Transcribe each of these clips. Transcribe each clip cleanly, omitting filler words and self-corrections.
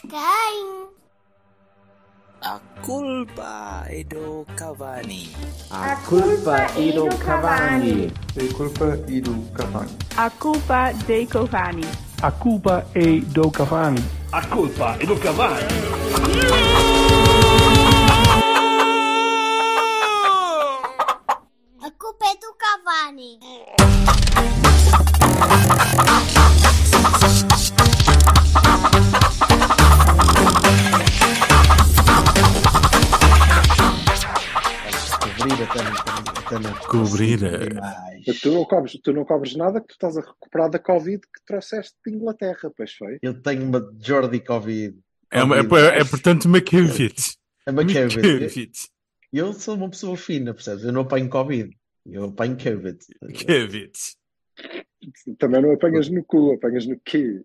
Quem? A culpa é do Cavani. A culpa é do Cavani. A culpa é do Cavani. A culpa dei Cavani. A culpa é do Cavani. A culpa é do Cavani. A culpa é do Cavani. Cobrir. Tu não cobres nada, que tu estás a recuperar da Covid que trouxeste de Inglaterra, pois foi. Eu tenho uma Jordi Covid. É portanto uma Covid. É uma Covid. Eu sou uma pessoa fina, percebes? Eu não apanho Covid. Eu apanho Covid. Covid. Também não apanhas no cu, apanhas no quê?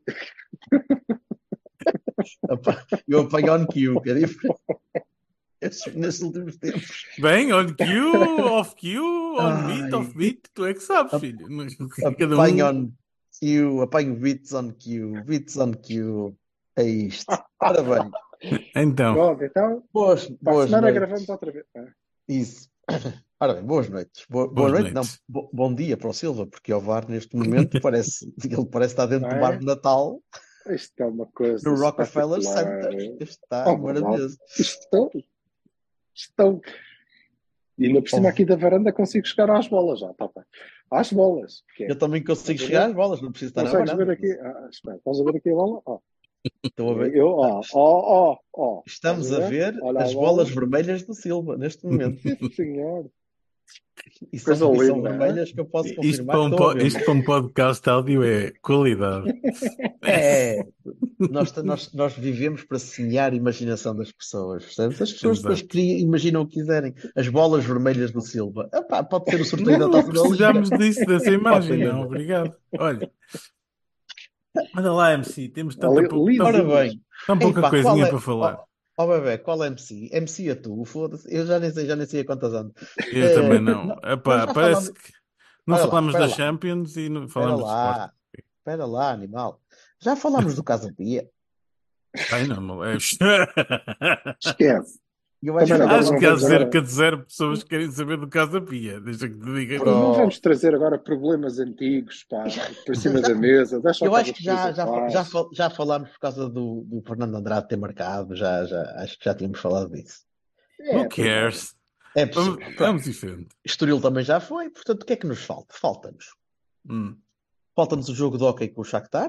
Eu apanho on cue, que é diferente. Nesses últimos tempos. Bem, on cue, off cue, on beat, off beat, tu é que sabes, filho. Apanho on cue, apanho beats on cue. É isto. Ora bem. Então. Então, boas semana noites. gravamos outra vez. Isso. Ora bem, boas noites. Boa noite, não. Bom dia para o Silva, porque o VAR neste momento ele parece estar dentro do bar de Natal. Isto é uma coisa. No Rockefeller Center. Está maravilhoso. Estão. E ainda por cima aqui da varanda consigo chegar às bolas já, tá bem. Às bolas. Eu também consigo chegar às bolas, não preciso estar na varanda. Ver aqui? Espera, estás a ver aqui a bola? Estou a ver. Estamos a ver as bolas vermelhas do Silva neste momento. Sim, senhor. E são vermelhas que eu posso confirmar. Isto para um podcast áudio é qualidade. É. Nós vivemos para semear a imaginação das pessoas. Percebes? As pessoas depois imaginam o que quiserem. As bolas vermelhas do Silva. Epá, pode ser o sorteio da Taça da Liga. Precisamos dessa imagem, não? Obrigado. Olha. Manda lá, MC. Temos tão pouca coisinha para falar. Bebé, qual é MC? MC é tu, foda-se. Eu já nem sei a quantas ando. Eu também não. Epá, parece que não falamos da Champions e não falamos do Sport. Espera lá, animal. Já falámos do Casa Pia? Ai, não é. Esquece. Acho que há cerca de 0 pessoas que querem saber do Casa Pia. Deixa que te diga. Não vamos trazer agora problemas antigos por cima da mesa. Eu acho que já falámos por causa do Fernando Andrade ter marcado. Acho que já tínhamos falado disso. Who cares? É possível. Vamos diferente. Estoril também já foi. Portanto, o que é que nos falta? Falta-nos. Falta-nos o jogo de hóquei com o Shakhtar.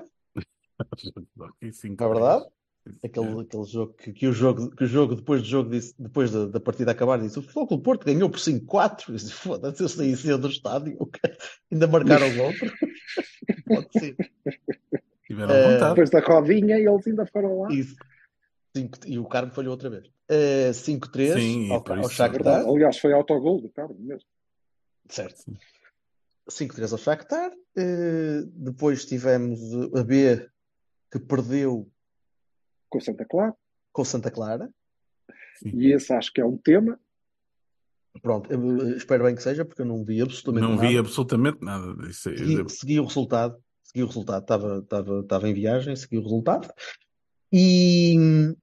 É verdade? Aquele jogo que o jogo depois da partida acabar disse: o Futebol Clube Porto ganhou por 5-4. Foda-se, eu saí cedo do estádio. Ainda marcaram o gol. Pode ser. Tiveram vontade. Depois da rodinha e eles ainda foram lá. Isso. E o Carmo falhou outra vez. 5-3 ao Shakhtar. Aliás, foi autogol do Carmo mesmo. Certo. 5-3 ao Shakhtar. Depois tivemos a B, que perdeu com Santa Clara. Sim. E esse acho que é um tema. Pronto, eu espero bem que seja, porque eu não vi absolutamente nada. Disso. Segui o resultado. Estava em viagem, segui o resultado. E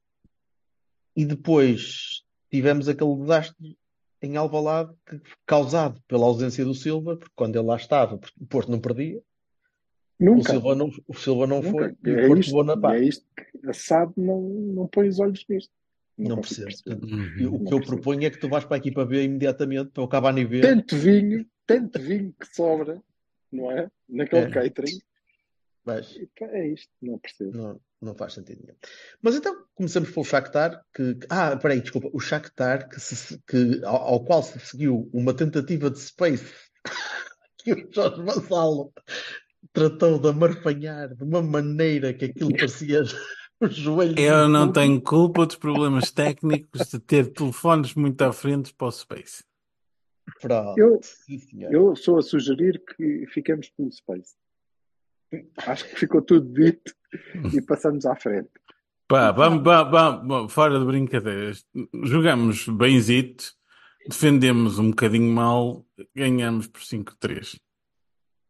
depois tivemos aquele desastre em Alvalade causado pela ausência do Silva, porque quando ele lá estava, o Porto não perdia. Nunca. O Silva não Nunca. foi. E o Porto levou na pá. É isto que a SAD não põe os olhos nisto. Não percebo. O que eu proponho é que tu vais para a equipa B imediatamente, para o Cavani B. Tanto vinho que sobra, não é? Naquele catering. Mas é isto, não percebo. Não faz sentido nenhum. Mas então, começamos pelo Shakhtar, desculpa. O Shakhtar, ao qual se seguiu uma tentativa de space que o Jorge Vassalo tratou de amarfanhar de uma maneira que aquilo parecia o joelho. Eu não tenho culpa dos problemas técnicos de ter telefones muito à frente para o Space. Pronto. Eu sou a sugerir que fiquemos pelo Space. Acho que ficou tudo dito e passamos à frente. Vamos, fora de brincadeiras. Jogamos benzito, defendemos um bocadinho mal, ganhamos por 5-3.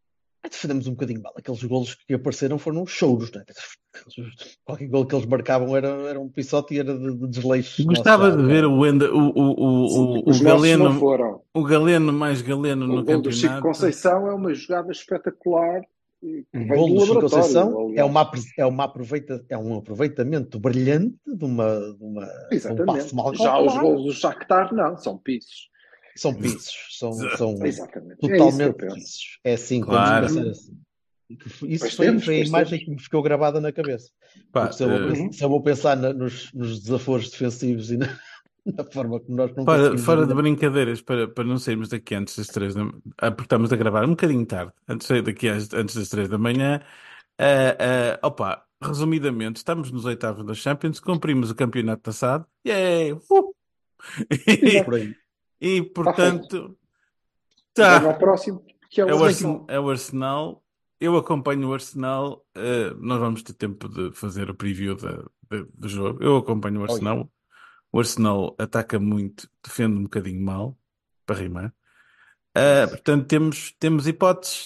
defendemos um bocadinho mal. Aqueles golos que apareceram foram choros, né? Qualquer gol que eles marcavam era um pisote e era de desleixo. Gostava de ver o, Wenda, o Os nossos não Galeno, foram. o Galeno mais Galeno O no gol do Chico campeonato. Conceição é uma jogada espetacular que O vem gol do do Chico laboratório. Conceição Aliás. é um aproveitamento brilhante de um Exatamente. passo mal Já os calculado. gols do Shakhtar não, são pisos. São pisos, são Exatamente. É isso que eu totalmente penso. pisos. É assim, Claro. podemos pensar assim. Isso Pois foi temos, a pois imagem temos. que me ficou gravada na cabeça. Pá, Porque se eu vou pensar nos desaforos defensivos e na forma como nós não conseguimos fora de gerir. brincadeiras, para não sairmos daqui antes das 3 porque estamos a gravar um bocadinho tarde, antes de sair daqui antes das 3 da manhã. Opa, resumidamente, estamos nos oitavos da Champions, cumprimos o campeonato passado. Yay! É por aí. E portanto, Venho ao tá. próximo, que é o Arsenal. É o Arsenal. Eu acompanho o Arsenal. Nós vamos ter tempo de fazer o preview do jogo. Eu acompanho o Arsenal. O Arsenal ataca muito, defende um bocadinho mal, para rimar. Portanto, temos hipóteses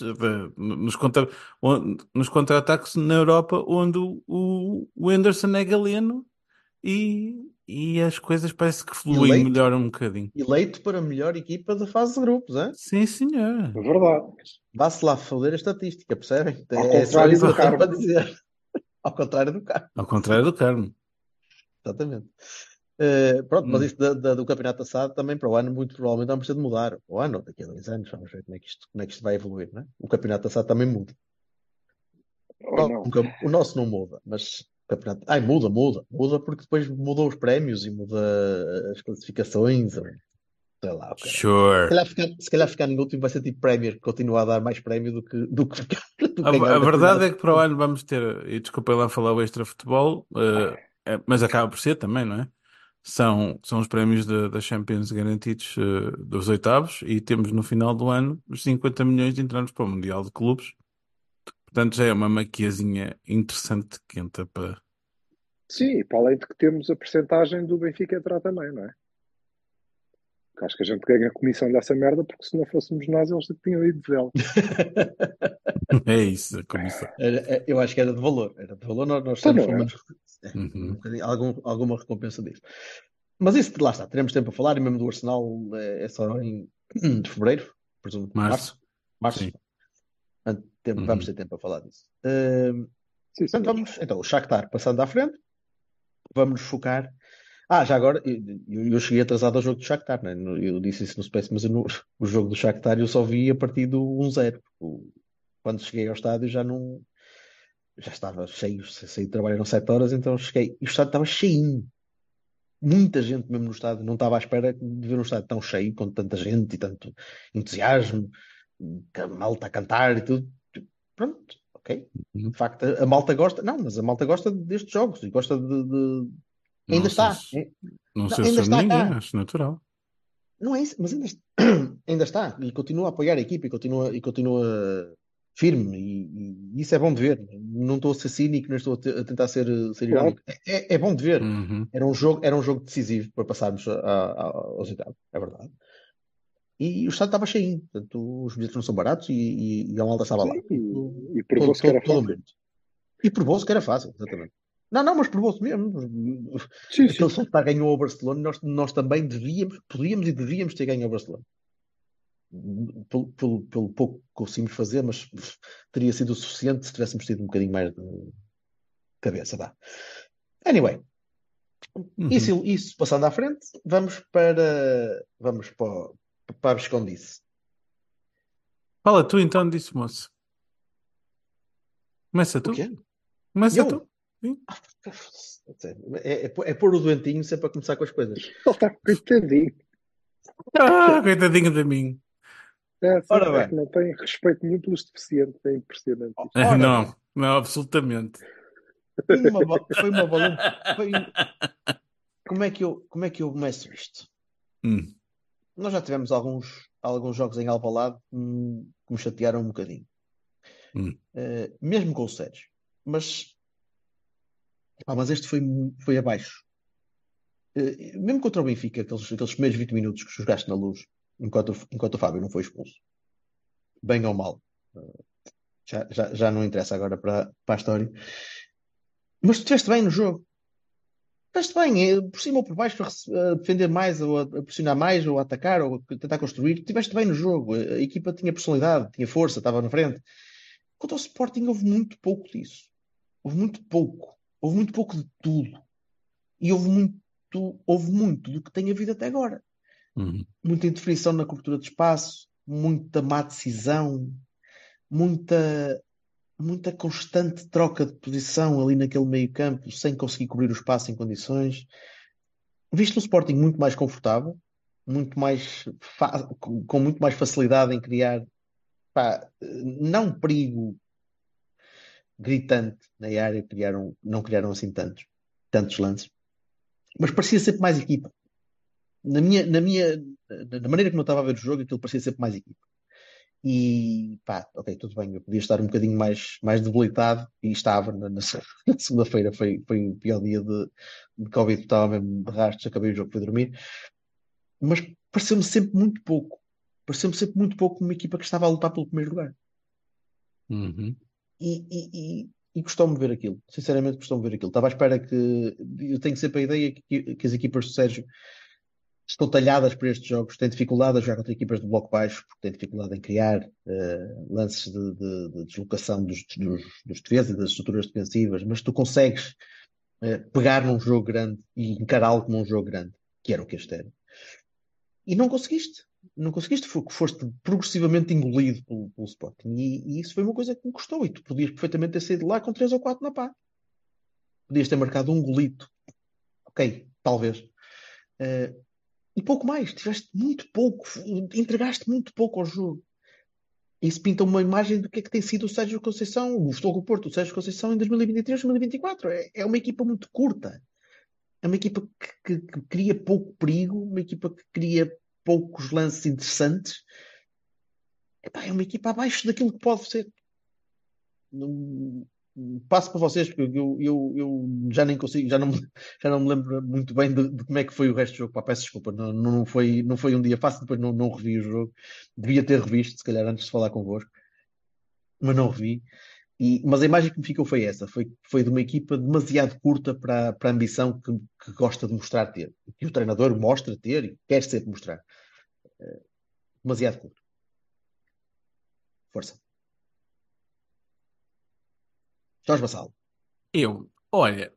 nos contra-ataques na Europa, onde o Henderson é galeno e as coisas parece que fluem Eleito, melhor um bocadinho. eleito para a melhor equipa da fase de grupos, hein? Sim, senhor. É verdade. Vá-se lá foder a estatística, percebem? Ao É só contrário isso que do eu tenho Carmo. para dizer. Ao contrário do carro, Ao contrário do Carmo. exatamente. Pronto, mas isso do campeonato passado também para o ano muito provavelmente vamos ter de mudar. O ano, daqui a 2 anos, vamos ver como é que isto vai evoluir, não é? O campeonato passado também muda. Ou não. O nosso não muda, mas o campeonato. Ai, muda porque depois mudam os prémios e muda as classificações, ou sei lá, o cara. Sure. Se calhar ficar em último vai ser tipo Premier, que continua a dar mais prémio do que do que ganhar A o verdade é campeonato. que para o ano vamos ter, e desculpem lá falar o extra futebol, mas acaba por ser também, não é? São os prémios da Champions garantidos dos oitavos e temos no final do ano os 50 milhões de entrarmos para o Mundial de Clubes. Portanto, já é uma maquiazinha interessante que entra para. Sim, e para além de que temos a percentagem do Benfica entrar também, não é? Porque acho que a gente ganha a comissão dessa merda, porque se não fôssemos nós, eles tinham ido de vela. É isso, a comissão. Eu acho que era de valor. Era de valor, nós Então temos não pelo é? menos Uhum. alguma recompensa disso. Mas isso, lá está, teremos tempo a falar, e mesmo do Arsenal é só de fevereiro, presumo. Março. Março. Sim. Vamos ter tempo a falar disso. Sim, Portanto, senhor. vamos, então, o Shakhtar passando à frente, vamos focar. Já agora, eu cheguei atrasado ao jogo do Shakhtar, né? Eu disse isso no Space, mas o jogo do Shakhtar eu só vi a partir do 1-0. Quando cheguei ao estádio já estava cheio, saí de trabalho eram 7 horas, então cheguei, e o estádio estava cheinho. Muita gente mesmo no estádio, não estava à espera de ver um estádio tão cheio, com tanta gente e tanto entusiasmo, a malta a cantar e tudo. Pronto, ok. Uhum. De facto, a malta gosta, não, mas a malta gosta destes jogos e gosta de. Ainda Não está. Não sei Ainda se está ninguém, cá. acho natural. Não é isso, mas ainda está. E continua a apoiar a equipa e continua firme. E isso é bom de ver. Não estou a ser cínico, não estou a tentar ser Claro. irónico. É bom de ver. Uhum. Era um jogo decisivo para passarmos aos oitavos, é verdade. E o estádio estava cheio. Portanto, os bilhetes não são baratos e a malta estava lá. Sim, e provou-se que era Todo fácil. mundo. E provou-se que era fácil, exatamente. Não, mas provou-se mesmo. Sim, Aquele sim. Shakhtar ganhou ao Barcelona, nós também podíamos e devíamos ter ganho ao Barcelona. Pelo pouco que conseguimos fazer, mas teria sido o suficiente se tivéssemos tido um bocadinho mais de cabeça. Vá. Anyway, Uhum. isso passando à frente, vamos para a Viscondice. Fala tu então disso, moço. Começa tu. O quê? Começa Eu? tu. Sim. É pôr o doentinho sempre a começar com as coisas. Ele está coitadinho. Coitadinho de mim. Ora É bem. que não tem respeito nenhum pelos deficientes. É impressionante isto. Ora Não, não, absolutamente. Foi uma valente. Como é que eu começo isto? Nós já tivemos alguns jogos em Alvalade que me chatearam um bocadinho. Mesmo com o Sérgio. Mas este foi abaixo. Mesmo contra o Benfica, aqueles primeiros 20 minutos que jogaste na Luz, enquanto o Fábio não foi expulso. Bem ou mal. já não interessa agora para a história. Mas tu estiveste bem no jogo. Estiveste bem, por cima ou por baixo, a defender mais, ou a pressionar mais, ou a atacar, ou a tentar construir. Estiveste bem no jogo. A equipa tinha personalidade, tinha força, estava na frente. Quanto ao Sporting, houve muito pouco disso. Houve muito pouco. Houve muito pouco de tudo. E houve muito do que tem havido até agora. Uhum. Muita indefinição na cobertura de espaço, muita má decisão, muita, muita constante troca de posição ali naquele meio-campo, sem conseguir cobrir o espaço em condições. Viste o Sporting muito mais confortável, muito mais com muito mais facilidade em criar, pá, não perigo gritante na área, não criaram assim tantos lances, mas parecia sempre mais equipa. Na maneira como eu estava a ver o jogo, aquilo parecia sempre mais equipa. E pá, ok, tudo bem, eu podia estar um bocadinho mais debilitado e estava na segunda-feira, foi o pior dia de Covid, estava mesmo de rastros, acabei o jogo, fui dormir, mas pareceu-me sempre muito pouco. Pareceu-me sempre muito pouco uma equipa que estava a lutar pelo primeiro lugar. Uhum. E gostou-me de ver aquilo. Sinceramente, gostou-me de ver aquilo. Estava à espera que. Eu tenho sempre a ideia que as equipas do Sérgio estão talhadas para estes jogos, têm dificuldade a jogar contra equipas de bloco baixo, porque têm dificuldade em criar lances de deslocação dos defesas e das estruturas defensivas, mas tu consegues pegar num jogo grande e encará-lo como um jogo grande, que era o que este era. E não conseguiste. Não conseguiste, foste progressivamente engolido pelo Sporting. E isso foi uma coisa que me custou. E tu podias perfeitamente ter saído lá com 3 ou 4 na pá. Podias ter marcado um golito. Ok, talvez. Eh, e pouco mais. Tiveste muito pouco. Entregaste muito pouco ao jogo. Isso pinta uma imagem do que é que tem sido o Sérgio Conceição, o Futebol do Porto, o Sérgio Conceição em 2023, 2024. É uma equipa muito curta. É uma equipa que cria pouco perigo, uma equipa que cria poucos lances interessantes. Epá, é uma equipa abaixo daquilo que pode ser. Não- Passo para vocês, porque eu já nem consigo, já não me lembro muito bem de como é que foi o resto do jogo. Pá, peço desculpa, não foi um dia fácil, depois não revi o jogo. Devia ter revisto, se calhar, antes de falar convosco, mas não revi. Mas a imagem que me ficou foi essa: foi de uma equipa demasiado curta para a ambição que gosta de mostrar ter, que o treinador mostra ter e quer sempre mostrar. Demasiado curto. Força. Jorge Vassalo. Olha,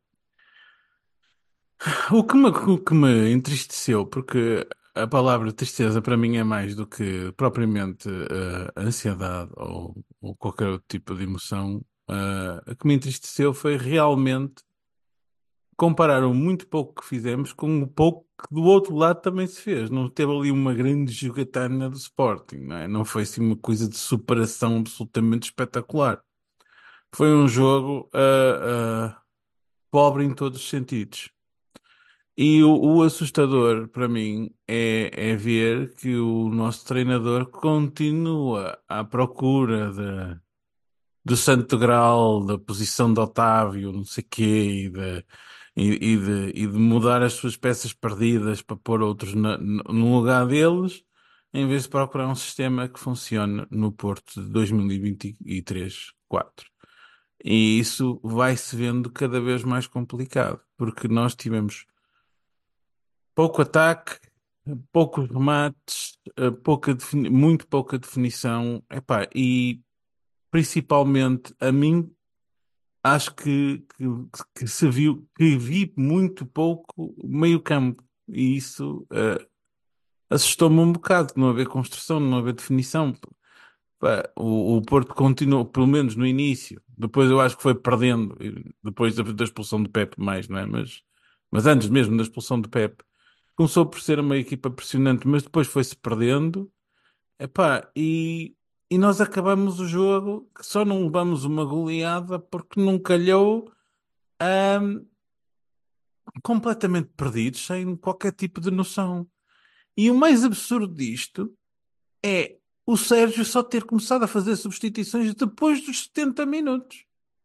o que me entristeceu, porque a palavra tristeza para mim é mais do que propriamente ansiedade ou qualquer outro tipo de emoção. O que me entristeceu foi realmente comparar o muito pouco que fizemos com o pouco que do outro lado também se fez. Não teve ali uma grande jogatana do Sporting, não é? Não foi assim uma coisa de superação absolutamente espetacular. Foi um jogo pobre em todos os sentidos. E o assustador para mim é ver que o nosso treinador continua à procura do Santo Graal, da posição de Otávio, não sei quê, e de mudar as suas peças perdidas para pôr outros no lugar deles, em vez de procurar um sistema que funcione no Porto de 2023-4. E isso vai-se vendo cada vez mais complicado, porque nós tivemos pouco ataque, poucos remates, muito pouca definição, epá, e principalmente a mim acho que se viu, que vi muito pouco meio campo, e isso assustou-me um bocado, de não haver construção, de não haver definição. Pá, o Porto continuou, pelo menos no início, depois eu acho que foi perdendo, depois da expulsão do Pepe mais, não é? Mas antes mesmo da expulsão do Pepe, começou por ser uma equipa pressionante, mas depois foi-se perdendo. Epá, e nós acabamos o jogo que só não levamos uma goleada porque não calhou, ahm, completamente perdidos, sem qualquer tipo de noção. E o mais absurdo disto é o Sérgio só ter começado a fazer substituições depois dos 70 minutos.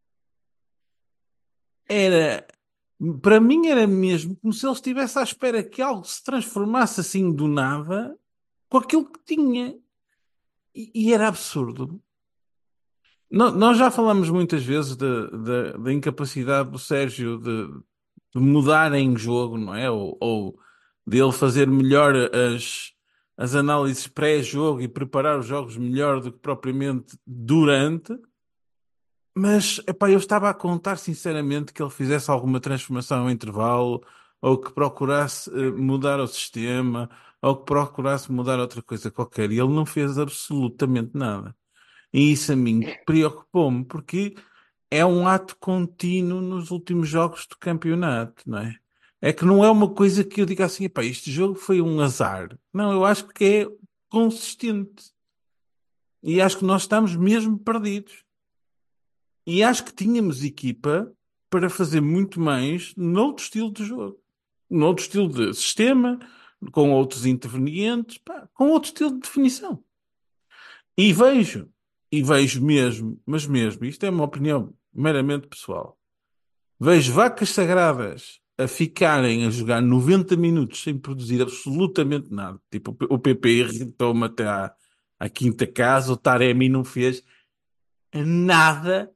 Era, para mim era mesmo como se ele estivesse à espera que algo se transformasse assim do nada com aquilo que tinha. E era absurdo. Nós já falamos muitas vezes da incapacidade do Sérgio de mudar em jogo, não é? Ou dele fazer melhor as análises pré-jogo e preparar os jogos melhor do que propriamente durante. Mas, epá, eu estava a contar sinceramente que ele fizesse alguma transformação ao intervalo, ou que procurasse mudar o sistema, ou que procurasse mudar outra coisa qualquer. E ele não fez absolutamente nada. E isso a mim preocupou-me, porque é um ato contínuo nos últimos jogos do campeonato, não é? É que não é uma coisa que eu diga assim, epá, este jogo foi um azar. Não, eu acho que é consistente. E acho que nós estamos mesmo perdidos. E acho que tínhamos equipa para fazer muito mais noutro estilo de jogo. Noutro estilo de sistema, com outros intervenientes, pá, com outro estilo de definição. E vejo, e vejo mesmo, mas mesmo, isto é uma opinião meramente pessoal, vejo vacas sagradas a ficarem a jogar 90 minutos sem produzir absolutamente nada. Tipo, o PP irritou-me até à quinta casa, o Taremi não fez nada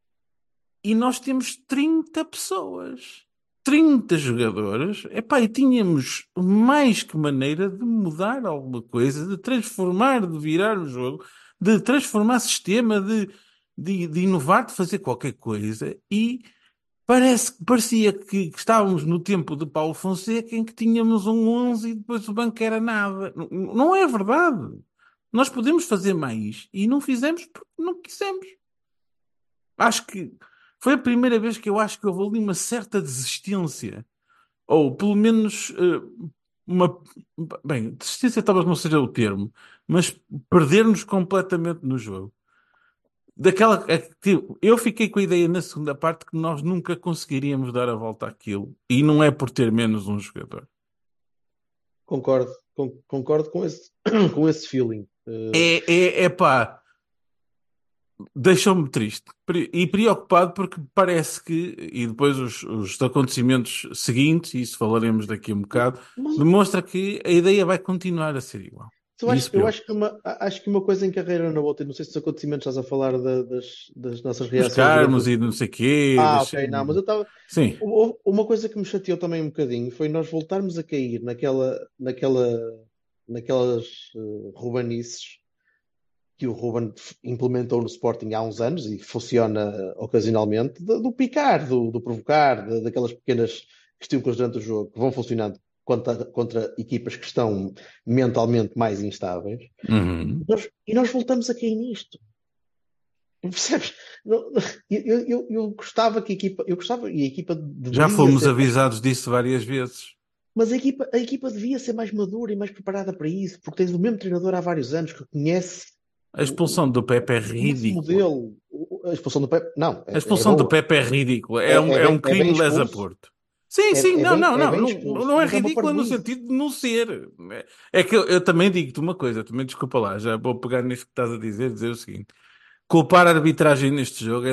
e nós temos 30 pessoas. 30 jogadores, epá, e tínhamos mais que maneira de mudar alguma coisa, de transformar, de virar o jogo, de transformar sistema, de inovar, de fazer qualquer coisa. E parecia que estávamos no tempo de Paulo Fonseca em que tínhamos um 11 e depois o banco era nada. Não é verdade. Nós podemos fazer mais e não fizemos porque não quisemos. Acho que foi a primeira vez que eu acho que houve ali uma certa desistência. Ou pelo menos uma. Bem, desistência talvez não seja o termo, mas perder-nos completamente no jogo. Daquela, tipo, eu fiquei com a ideia na segunda parte que nós nunca conseguiríamos dar a volta àquilo. E não é por ter menos um jogador. Concordo, concordo com esse, com esse feeling. É pá. Deixou-me triste e preocupado porque parece que, e depois os acontecimentos seguintes, e isso falaremos daqui a um bocado, Mas demonstra que a ideia vai continuar a ser igual. E isso eu preocupa. acho que uma coisa encarreira na outra, não sei se os acontecimentos estás a falar das nossas Dos reações durante Carmos o. e não sei quê. Ah, ok, não, mas eu estava. Sim, Uma coisa que me chateou também um bocadinho foi nós voltarmos a cair naquelas Rubanices que o Ruben implementou no Sporting há uns anos e funciona ocasionalmente, do picar, do provocar, daquelas pequenas questões durante o jogo que vão funcionando contra equipas que estão mentalmente mais instáveis. uhum. E nós voltamos a cair nisto. Percebes? Eu gostava que a equipa, eu gostava e a equipa Já devia fomos ser mais, avisados disso várias vezes. mas a equipa devia ser mais madura e mais preparada para isso, porque tens o mesmo treinador há vários anos que conhece A expulsão do Pepe é esse ridícula. modelo. A expulsão do Pepe, não, A é expulsão do boa. Pepe é ridícula. É um É bem crime lesa expulso, Porto. Sim, sim, é bem expulso, não é mas é uma ridícula no parvoíce. sentido de não ser. É que eu também digo-te uma coisa, também desculpa lá, já vou pegar nisto que estás a dizer, dizer o seguinte: culpar a arbitragem neste jogo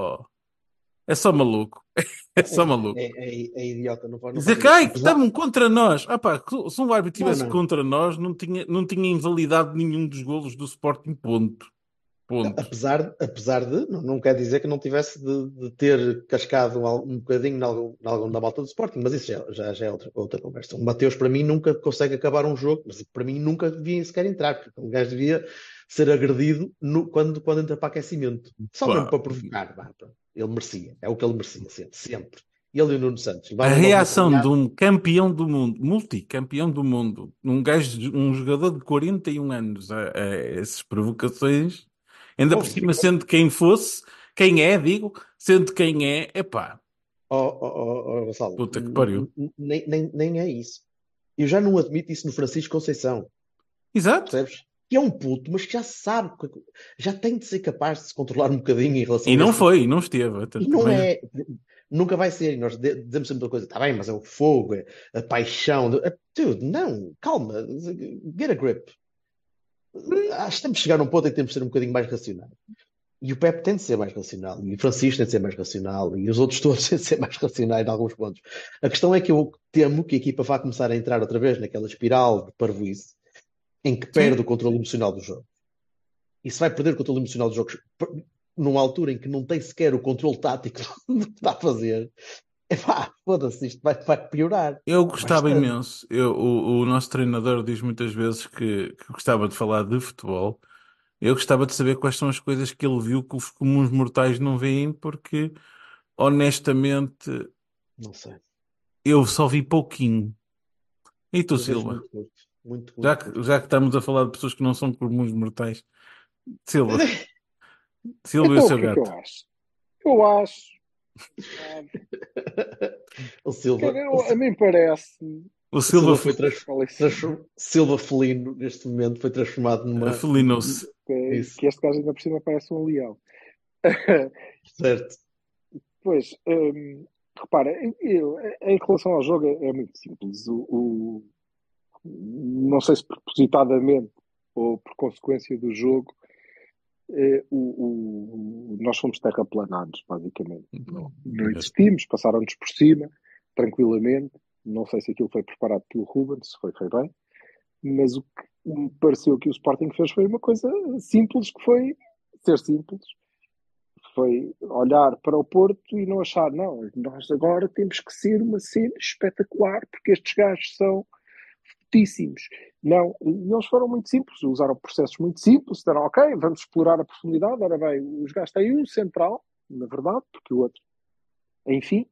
é só maluco. É só maluco. É idiota, não Dizer faz que, sentido. ai, que Apesar, estavam contra nós. Ah, pá, se um árbitro não, estivesse não. contra nós, não tinha invalidado nenhum dos golos do Sporting, ponto. Ponto. Apesar de, não quer dizer que não tivesse de ter cascado um bocadinho em algum da malta do Sporting, mas isso já é outra conversa. O Mateus, para mim, nunca consegue acabar um jogo, mas para mim nunca devia sequer entrar, porque um gajo devia ser agredido quando entra para aquecimento. Só mesmo Pá, para provocar. Vá, pronto. Ele merecia, é o que ele merecia, sempre. Sempre. Ele e o Nuno Santos a levaram logo uma reação de apanhada. um campeão do mundo, multicampeão do mundo, um jogador de 41 anos a essas provocações, ainda por Oh, cima sendo quem fosse, quem é, digo, sendo quem é, epá, Gonçalo, puta que pariu. nem é isso. Eu já não admito isso no Francisco Conceição. Exato. Percebes? Que é um puto, mas que já sabe, já tem de ser capaz de se controlar um bocadinho em relação E a não esse tipo. foi, e não esteve. E não Também. é, nunca vai ser. E nós dizemos sempre uma coisa, está bem, mas é o fogo, é a paixão. Dude, não, calma, get a grip. Acho que temos de chegar a um ponto em que temos de ser um bocadinho mais racionais. E o Pepe tem de ser mais racional, e o Francisco tem de ser mais racional, e os outros todos têm de ser mais racionais em alguns pontos. A questão é que eu temo que a equipa vá começar a entrar outra vez naquela espiral de parvoíce em que Sim. perde o controle emocional do jogo. E se vai perder o controle emocional dos jogos, numa altura em que não tem sequer o controle tático do que está a fazer, foda-se, isto vai piorar Eu gostava bastante. imenso. O nosso treinador diz muitas vezes que gostava de falar de futebol. Eu gostava de saber quais são as coisas que ele viu que os comuns mortais não veem, porque honestamente Não sei. eu só vi pouquinho. E tu, Eu vejo Silva? muito curto. Muito, Já muito que, curto. já que estamos a falar de pessoas que não são comuns mortais, Silva, Silva e o Então, o seu que é que eu gato. acho? Eu acho, sabe, O Silva, a mim parece, O o Silva Silva foi Silva felino neste momento foi transformado numa. felinou-se. Isso, que este gajo ainda por cima parece um leão. certo. Pois, repara, em relação ao jogo é muito simples. Não sei se propositadamente ou por consequência do jogo, nós fomos terraplanados, basicamente. Não existimos, passaram-nos por cima, tranquilamente. Não sei se aquilo foi preparado pelo Ruben, se foi bem, mas o que me pareceu que o Sporting fez foi uma coisa simples, que foi ser simples. Foi olhar para o Porto e não achar, não, nós agora temos que ser uma cena espetacular, porque estes gajos são fortíssimos. Não, eles foram muito simples, usaram processos muito simples, disseram, ok, vamos explorar a profundidade, ora bem, os gajos têm um central, na verdade, porque o outro, enfim,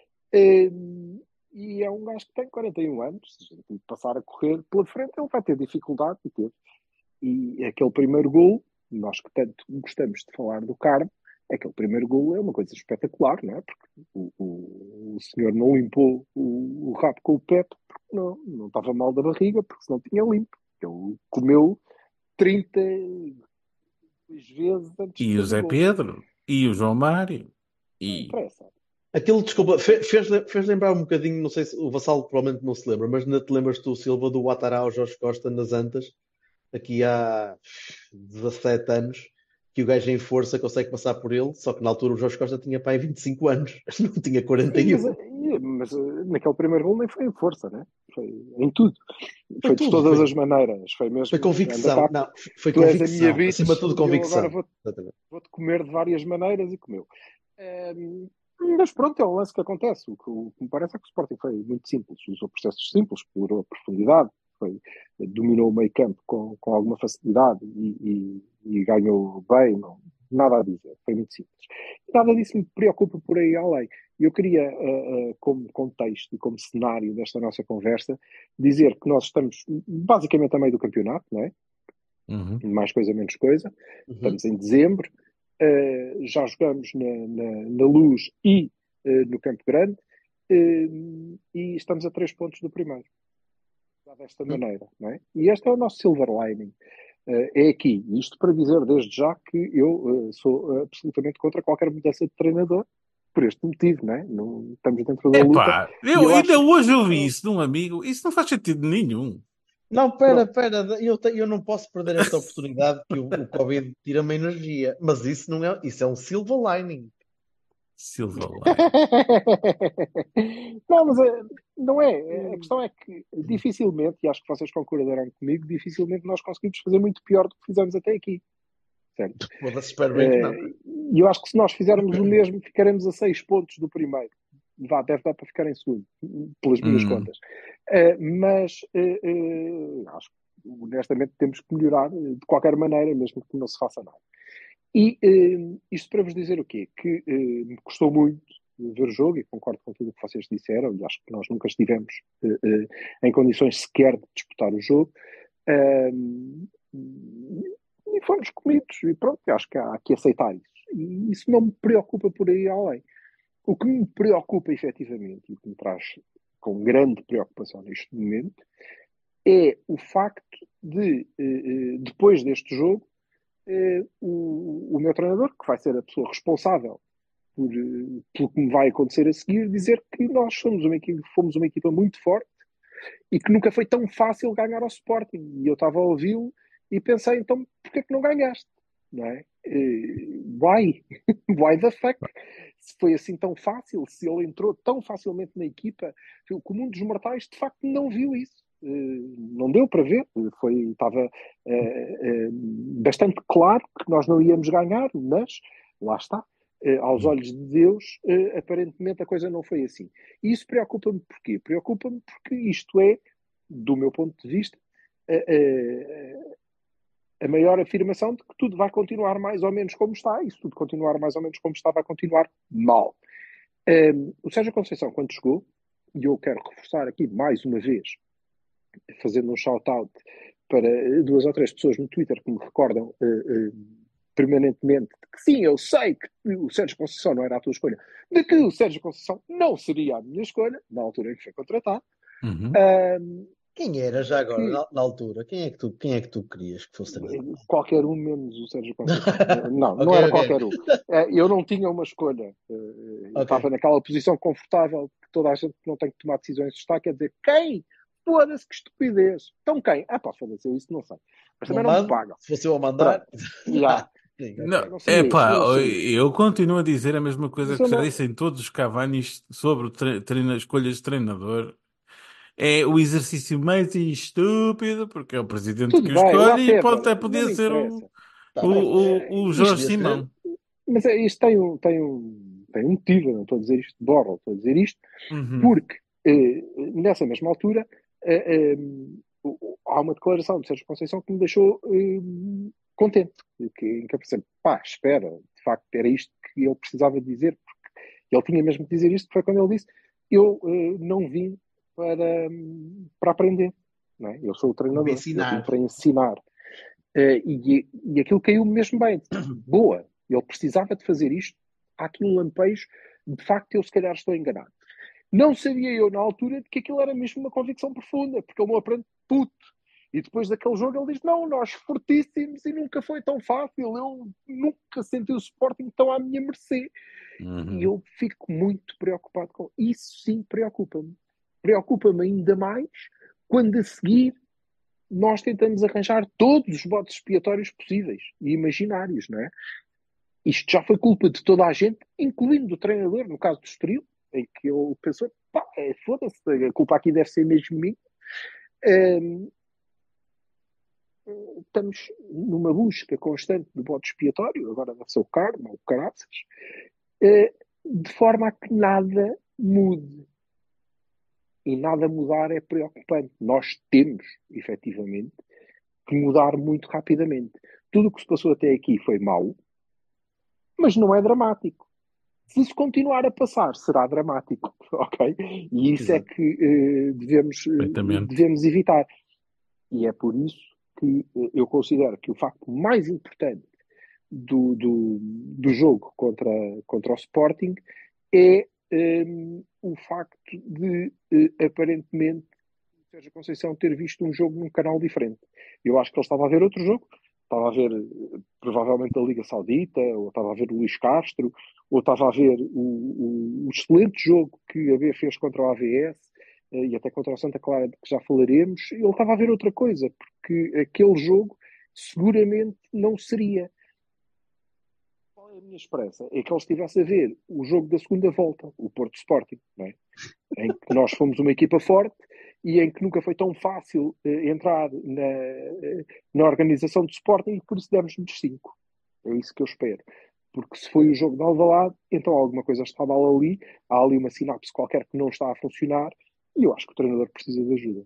e é um gajo que tem 41 anos, se a gente passar a correr pela frente, ele vai ter dificuldade de ter. E aquele primeiro gol, nós que tanto gostamos de falar do Carmo, aquele primeiro gol é uma coisa espetacular, não é? Porque o senhor não limpou o rabo com o Pepe, porque não estava mal da barriga, porque senão tinha limpo. Ele comeu 32 vezes antes de E o fazer Zé gol. Pedro, e o João Mário, Não e interessa. Aquilo, desculpa, fez lembrar um bocadinho, não sei se o Vassalo provavelmente não se lembra, mas ainda te lembras tu, Silva, do Ouattara ao Jorge Costa nas Antas, aqui há 17 anos, que o gajo em força consegue passar por ele, só que na altura o Jorge Costa tinha pai 25 anos, não tinha Sim, 41. mas naquele primeiro gol nem foi em força, né? Foi em tudo. Foi Foi de tudo, todas as maneiras. Foi foi mesmo, anda convicção, cá, não, foi tu és a minha convicção, acima de bitch tudo e eu agora convicção. Exatamente. vou-te comer de várias maneiras e comeu. Mas pronto, é um lance que acontece. O que me parece é que o Sporting foi muito simples, usou processos simples, explorou a profundidade, dominou o meio campo com alguma facilidade e ganhou bem, nada a dizer, foi muito simples. Nada disso me preocupa por aí além. Eu queria, como contexto e como cenário desta nossa conversa, dizer que nós estamos basicamente a meio do campeonato, não é? Mais coisa, menos coisa. Estamos em dezembro, já jogamos na Luz e no Campo Grande, e estamos a 3 pontos do primeiro. Desta maneira, não é? E este é o nosso silver lining. É aqui. Isto para dizer desde já que eu sou absolutamente contra qualquer mudança de treinador, por este motivo, não é? Não, estamos dentro da luta. epá, E eu ainda acho hoje eu vi isso de um amigo, isso não faz sentido nenhum. Não, pera, pronto, eu não posso perder esta oportunidade que o Covid tira-me energia, mas isso não é, isso é um silver lining. Silva Line. Não, mas não é. A questão é que dificilmente, e acho que vocês concordarão comigo, dificilmente nós conseguimos fazer muito pior do que fizemos até aqui. Certo? Foda-se, espero bem que não. E eu acho que se nós fizermos o mesmo, ficaremos a 6 pontos do primeiro. Deve dar para ficar em segundo, pelas minhas contas. Mas acho que, honestamente, temos que melhorar de qualquer maneira, mesmo que não se faça nada. E isto para vos dizer o quê? Que me custou muito ver o jogo, e concordo com tudo o que vocês disseram, e acho que nós nunca estivemos em condições sequer de disputar o jogo. E fomos comidos, e pronto, acho que há que aceitar isso. E isso não me preocupa por aí além. O que me preocupa efetivamente, e que me traz com grande preocupação neste momento, é o facto de, depois deste jogo, o meu treinador, que vai ser a pessoa responsável pelo que me vai acontecer a seguir, dizer que nós fomos uma equipa muito forte e que nunca foi tão fácil ganhar ao Sporting. E eu estava a ouvi-lo e pensei, então, porquê que não ganhaste? Não é? Why? Why the fuck? Se foi assim tão fácil, se ele entrou tão facilmente na equipa, o comum dos mortais de facto não viu isso. Não deu para ver, estava bastante claro que nós não íamos ganhar, mas Lá está. Aos olhos de Deus, aparentemente a coisa não foi assim. E isso preocupa-me porquê? Preocupa-me porque isto é, do meu ponto de vista, a maior afirmação de que tudo vai continuar mais ou menos como está. E se tudo continuar mais ou menos como está, vai continuar mal. O Sérgio Conceição, quando chegou, e eu quero reforçar aqui mais uma vez, fazendo um shout-out para 2 ou 3 pessoas no Twitter que me recordam permanentemente de que sim, eu sei que o Sérgio Conceição não era a tua escolha, de que o Sérgio Conceição não seria a minha escolha, na altura em que foi contratado. Uhum. Quem era já agora, Que- na altura? Quem é que tu querias que fosse treinador? Qualquer um menos o Sérgio Conceição. Não, não Ok, era ok. qualquer um. Eu não tinha uma escolha. Eu Ok. estava naquela posição confortável que toda a gente que não tem que tomar decisões está, quer dizer, quem? Foda-se, que estupidez. Então quem? Pá, foda-se, eu isso não sei. Mas Não também não me mando, pagam. se fosse eu a mandar. Já. Sim, Não, ok. Não seria isso, não seria isso. eu continuo a dizer a mesma coisa Mas que eu já não... disse em todos os Cavanis sobre escolhas de treinador. É o exercício mais estúpido, porque é o presidente que Tudo o bem, escolhe e whatever. até Não podia me ser interessa. Tá o, bem. o Isto Jorge devia ser. Simão. Mas isto tem um motivo, eu não estou a dizer isto de borla, estou a dizer isto Uhum. porque nessa mesma altura há uma declaração de Sérgio Conceição que me deixou contente, em que eu pensei, pá, espera, de facto era isto que ele precisava dizer, porque ele tinha mesmo que dizer isto, que foi quando ele disse, eu não vim para aprender, não é? Eu sou o Para treinador, eu vim ensinar. para ensinar. E aquilo caiu mesmo bem. Boa, ele precisava de fazer isto. Há aqui um lampejo. De facto, eu se calhar estou enganado. Não sabia eu na altura de que aquilo era mesmo uma convicção profunda, porque ele me aprende puto. E depois daquele jogo ele diz, não, nós fortíssimos e nunca foi tão fácil. Eu nunca senti o Sporting tão à minha mercê. E Uhum. eu fico muito preocupado com isso. Sim, preocupa-me. Preocupa-me ainda mais quando a seguir nós tentamos arranjar todos os botes expiatórios possíveis e imaginários, não é? Isto já foi culpa de toda a gente, incluindo do treinador, no caso do Estoril, em que ele pensou, pá, foda-se, a culpa aqui deve ser mesmo minha. Estamos numa busca constante de bote expiatório, agora deve ser o Carmo, o Caraças, de forma a que nada mude. E nada mudar é preocupante. Nós temos, efetivamente, que mudar muito rapidamente. Tudo o que se passou até aqui foi mau, mas não é dramático. Se isso continuar a passar, será dramático, ok? E isso é Exato. que Perfeitamente. devemos evitar. E é por isso que eu considero que o facto mais importante do jogo contra o Sporting é o facto de, aparentemente, o Sérgio Conceição ter visto um jogo num canal diferente. Eu acho que ele estava a ver outro jogo, estava a ver provavelmente a Liga Saudita, ou estava a ver o Luís Castro, ou estava a ver o excelente jogo que a B fez contra o AVS, e até contra o Santa Clara, de que já falaremos. Ele estava a ver outra coisa, porque aquele jogo seguramente não seria. Qual é a minha esperança? É que ele estivesse a ver o jogo da segunda volta, o Porto Sporting, não é? Em que nós fomos uma equipa forte e em que nunca foi tão fácil entrar na organização do Sporting e por isso demos-nos 5. É isso que eu espero. Porque se foi o jogo de Alvalade, então alguma coisa está mal ali, há ali uma sinapse qualquer que não está a funcionar e eu acho que o treinador precisa de ajuda.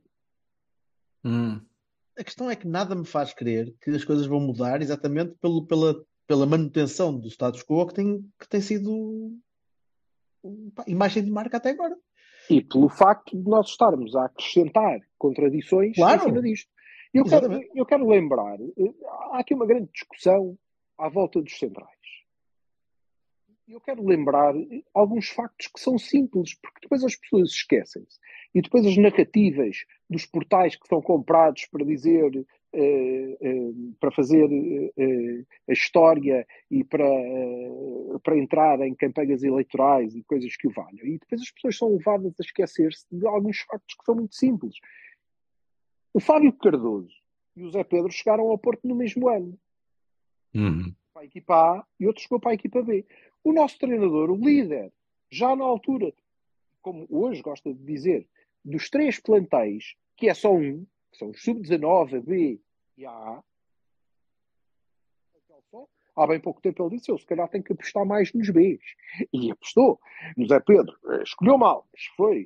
A questão é que nada me faz crer que as coisas vão mudar exatamente pela manutenção do status quo que tem sido imagem de marca até agora. E pelo facto de nós estarmos a acrescentar contradições em cima Claro, disto. exatamente. Eu quero lembrar, há aqui uma grande discussão à volta dos centrais. Eu quero lembrar alguns factos que são simples, porque depois as pessoas esquecem-se. E depois as narrativas dos portais que são comprados para dizer, para fazer a história e para entrar em campanhas eleitorais e coisas que o valham. E depois as pessoas são levadas a esquecer-se de alguns factos que são muito simples. O Fábio Cardoso e o Zé Pedro chegaram ao Porto no mesmo ano. Uhum. Para a equipa A e outro chegou para a equipa B. O nosso treinador, o líder, já na altura, como hoje gosta de dizer, dos 3 plantéis, que é só um, que são os sub-19, a B e a A, há bem pouco tempo ele disse, eu se calhar tenho que apostar mais nos Bs. E apostou no Zé Pedro. Escolheu mal, mas foi.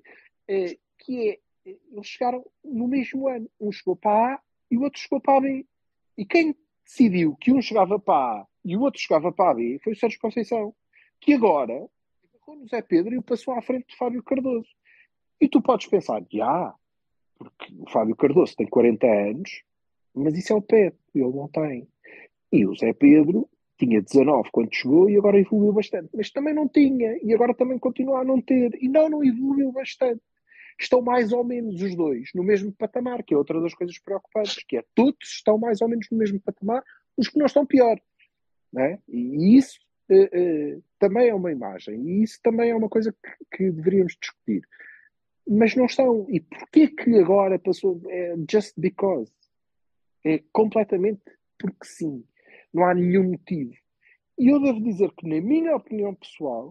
Eles chegaram no mesmo ano. Um chegou para A e o outro chegou para a B. E quem decidiu que um chegava para A e o outro chegava para a B foi o Sérgio Conceição, que agora agarrou no Zé Pedro e o passou à frente de Fábio Cardoso. E tu podes pensar, porque o Fábio Cardoso tem 40 anos, mas isso é o Pepe, ele não tem. E o Zé Pedro tinha 19 quando chegou e agora evoluiu bastante. Mas também não tinha, e agora também continua a não ter. E não evoluiu bastante. Estão mais ou menos os dois no mesmo patamar, que é outra das coisas preocupantes, que é todos estão mais ou menos no mesmo patamar, os que não estão pior. Não é? E isso também é uma imagem, e isso também é uma coisa que deveríamos discutir. Mas não estão. E porquê que agora passou? É just because. É completamente porque sim. Não há nenhum motivo. E eu devo dizer que, na minha opinião pessoal,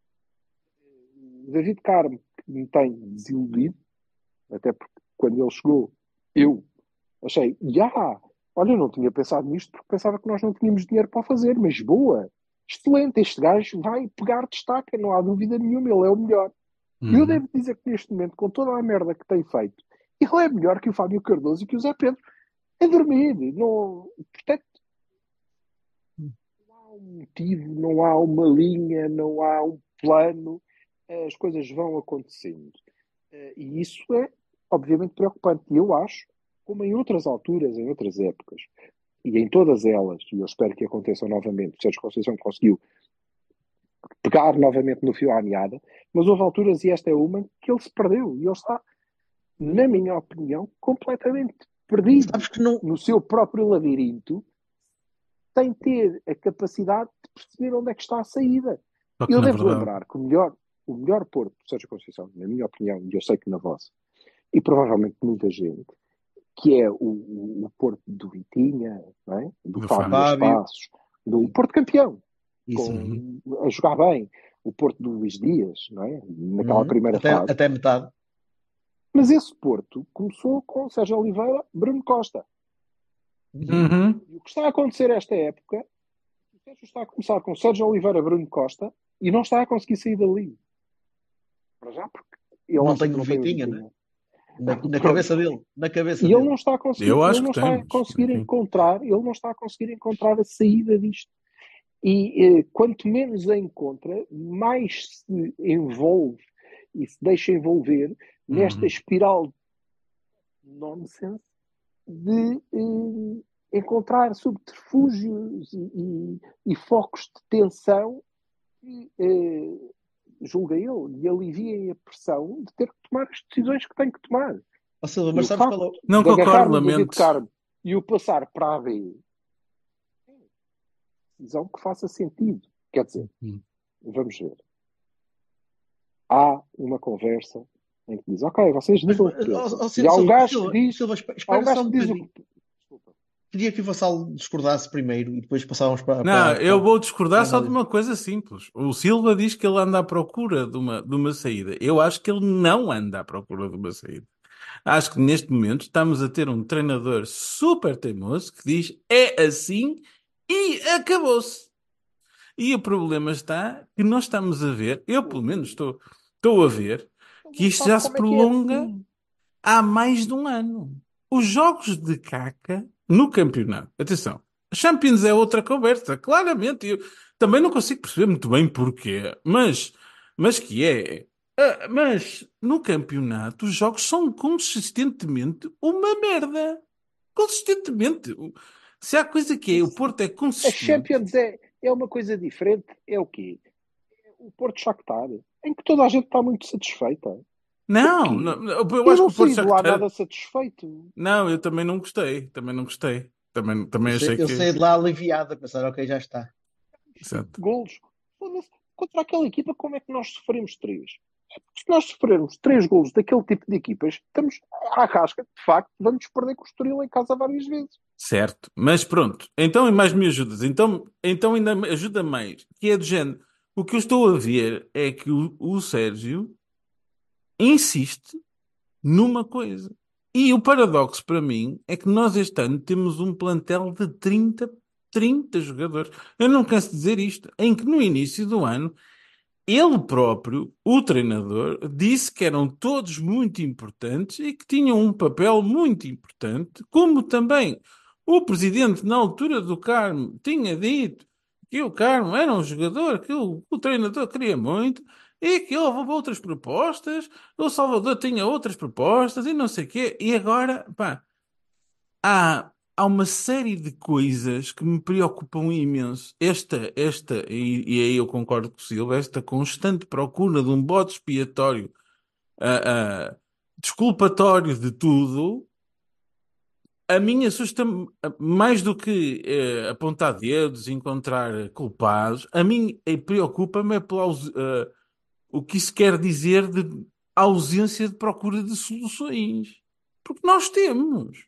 David Carmo me tem desiludido, até porque quando ele chegou, eu achei, olha, eu não tinha pensado nisto porque pensava que nós não tínhamos dinheiro para fazer, mas boa, excelente, este gajo vai pegar destaque, não há dúvida nenhuma, ele é o melhor. E eu devo dizer que neste momento, com toda a merda que tem feito, ele é melhor que o Fábio Cardoso e que o Zé Pedro. É dormir. Não, portanto, não há um motivo, não há uma linha, não há um plano. As coisas vão acontecendo. E isso é, obviamente, preocupante. E eu acho, como em outras alturas, em outras épocas, e em todas elas, e eu espero que aconteçam novamente, o Sérgio Conceição conseguiu pegar novamente no fio à meada, mas houve alturas, e esta é uma, que ele se perdeu. E ele está, na minha opinião, completamente perdido. Sabes que não. No seu próprio labirinto, sem ter a capacidade de perceber onde é que está a saída. Só que, Eu na devo verdade, lembrar que o melhor Porto de Sérgio Conceição, na minha opinião, e eu sei que na vossa, e provavelmente muita gente, que é o Porto do Vitinha, não é? do Do Fábio Fábio. Passos, do Porto campeão, Isso. a jogar bem, o Porto do Luís Dias, não é? Naquela primeira fase. Até metade. Mas esse Porto começou com Sérgio Oliveira, Bruno Costa. E o que está a acontecer esta época, o Sérgio está a começar com Sérgio Oliveira, Bruno Costa, e não está a conseguir sair dali. Para já, porque ele Não acha tem que o não tem o Vitinha, Vitinha. né? Na Pronto. cabeça dele. Na cabeça E ele dele. não está a conseguir, Eu acho ele não que está a temos, conseguir enfim. encontrar, ele não está a conseguir encontrar a saída disto. E quanto menos a encontra, mais se envolve e se deixa envolver nesta espiral de nonsense de encontrar subterfúgios e focos de tensão que, julga ele, e aliviem a pressão de ter que tomar as decisões que tem que tomar. Ó, Silva, E mas o sabes facto qual é? Não de agarrar concordo, no David lamento. Carmo e o passar para a B, é uma decisão que faça sentido. Quer dizer, vamos ver. Há uma conversa em que diz, ok, vocês Mas, digam o que pensam. ó, E há um gajo Silva, que diz, Silva, há um espera gajo só um que diz o bocadinho. que... Desculpa. Queria que o Vassalo discordasse primeiro e depois passávamos Não, eu vou discordar para só de análise. uma coisa simples. O Silva diz que ele anda à procura de uma saída. Eu acho que ele não anda à procura de uma saída. Acho que neste momento estamos a ter um treinador super teimoso que diz é assim e acabou-se. E o problema está que nós estamos a ver, eu pelo menos estou a ver, Ele que não isto sabe já se como é que é prolonga assim. há mais de um ano. Os jogos de caca no campeonato. Atenção, a Champions é outra conversa, claramente. Eu também não consigo perceber muito bem porquê, mas que é. Mas no campeonato os jogos são consistentemente uma merda. Consistentemente. Se há coisa que é, o Porto é A consistente. Champions é uma coisa diferente. É o quê? É o Porto Shakhtar, em que toda a gente está muito satisfeita. Não, Porquê? eu Eu acho que não o Porto saí de lá Shakhtar. nada satisfeito. Não, eu também não gostei. Também não gostei. Também achei Eu que. saí de lá aliviado a pensar, ok, já está. 5 Exato. golos. Foda-se. Contra aquela equipa, como é que nós sofremos 3? Se nós sofrermos 3 golos daquele tipo de equipas, estamos à rasca. De facto, vamos perder com o Estoril em casa várias vezes. Certo, mas pronto. Então, e mais me ajudas. Então ainda me ajuda mais. Que é do género. O que eu estou a ver é que o Sérgio insiste numa coisa. E o paradoxo para mim é que nós este ano temos um plantel de 30 30 jogadores. Eu não canso de dizer isto, em que no início do ano ele próprio, o treinador, disse que eram todos muito importantes e que tinham um papel muito importante, como também o presidente, na altura do Carmo, tinha dito que o Carmo era um jogador que o treinador queria muito e que houve outras propostas, o Salvador tinha outras propostas e não sei o quê. E agora, pá, há uma série de coisas que me preocupam imenso. E aí eu concordo com o Silva, esta constante procura de um bode expiatório, desculpatório de tudo, a mim assusta-me mais do que apontar dedos, encontrar culpados. A mim preocupa-me é o que isso quer dizer de ausência de procura de soluções. Porque nós temos.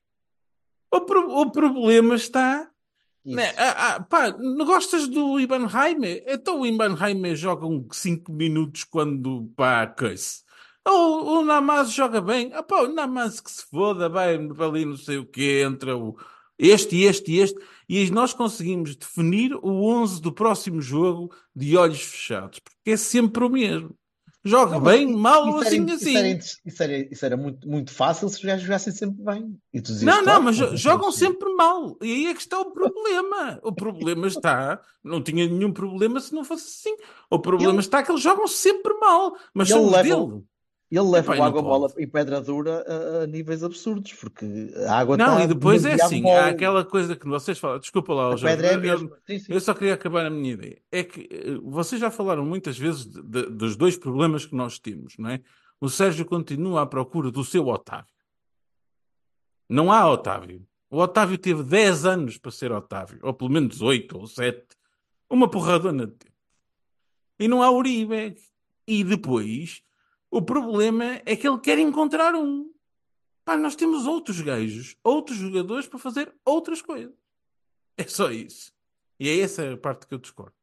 O problema está. Né? Isso. Pá, não gostas do Iban Jaime? Então o Iban Jaime joga 5 minutos quando pá, coisa. O Namaz joga bem. Pá, o Namaz que se foda, vai ali não sei o quê, entra este. E nós conseguimos definir o 11 do próximo jogo de olhos fechados. Porque é sempre o mesmo. Joga Não, mas bem, mal ou isso era, assim assim. isso era muito, muito fácil se os gajos jogassem sempre bem. E tu dizias, Não, claro, mas não jogam consegues. sempre mal. E aí é que está o problema. O problema está. Não tinha nenhum problema se não fosse assim. O E problema ele, está que eles jogam sempre mal. Mas e são ele os leva, dele. ele leva Epá, e o não água-mola pode. e pedra dura a níveis absurdos, porque a água Não, e está depois é demasiado assim. Há mole. aquela coisa que vocês falam. Desculpa lá, A Jorge. pedra é a mesma. Sim, Eu sim. só queria acabar a minha ideia. É que vocês já falaram muitas vezes dos dois problemas que nós temos, não é? O Sérgio continua à procura do seu Otávio. Não há Otávio. O Otávio teve 10 anos para ser Otávio. Ou pelo menos 8 ou 7. Uma porradona de tempo. E não há Uribe. E depois, o problema é que ele quer encontrar um. Pá, nós temos outros gajos, outros jogadores para fazer outras coisas. É só isso. E é essa a parte que eu discordo.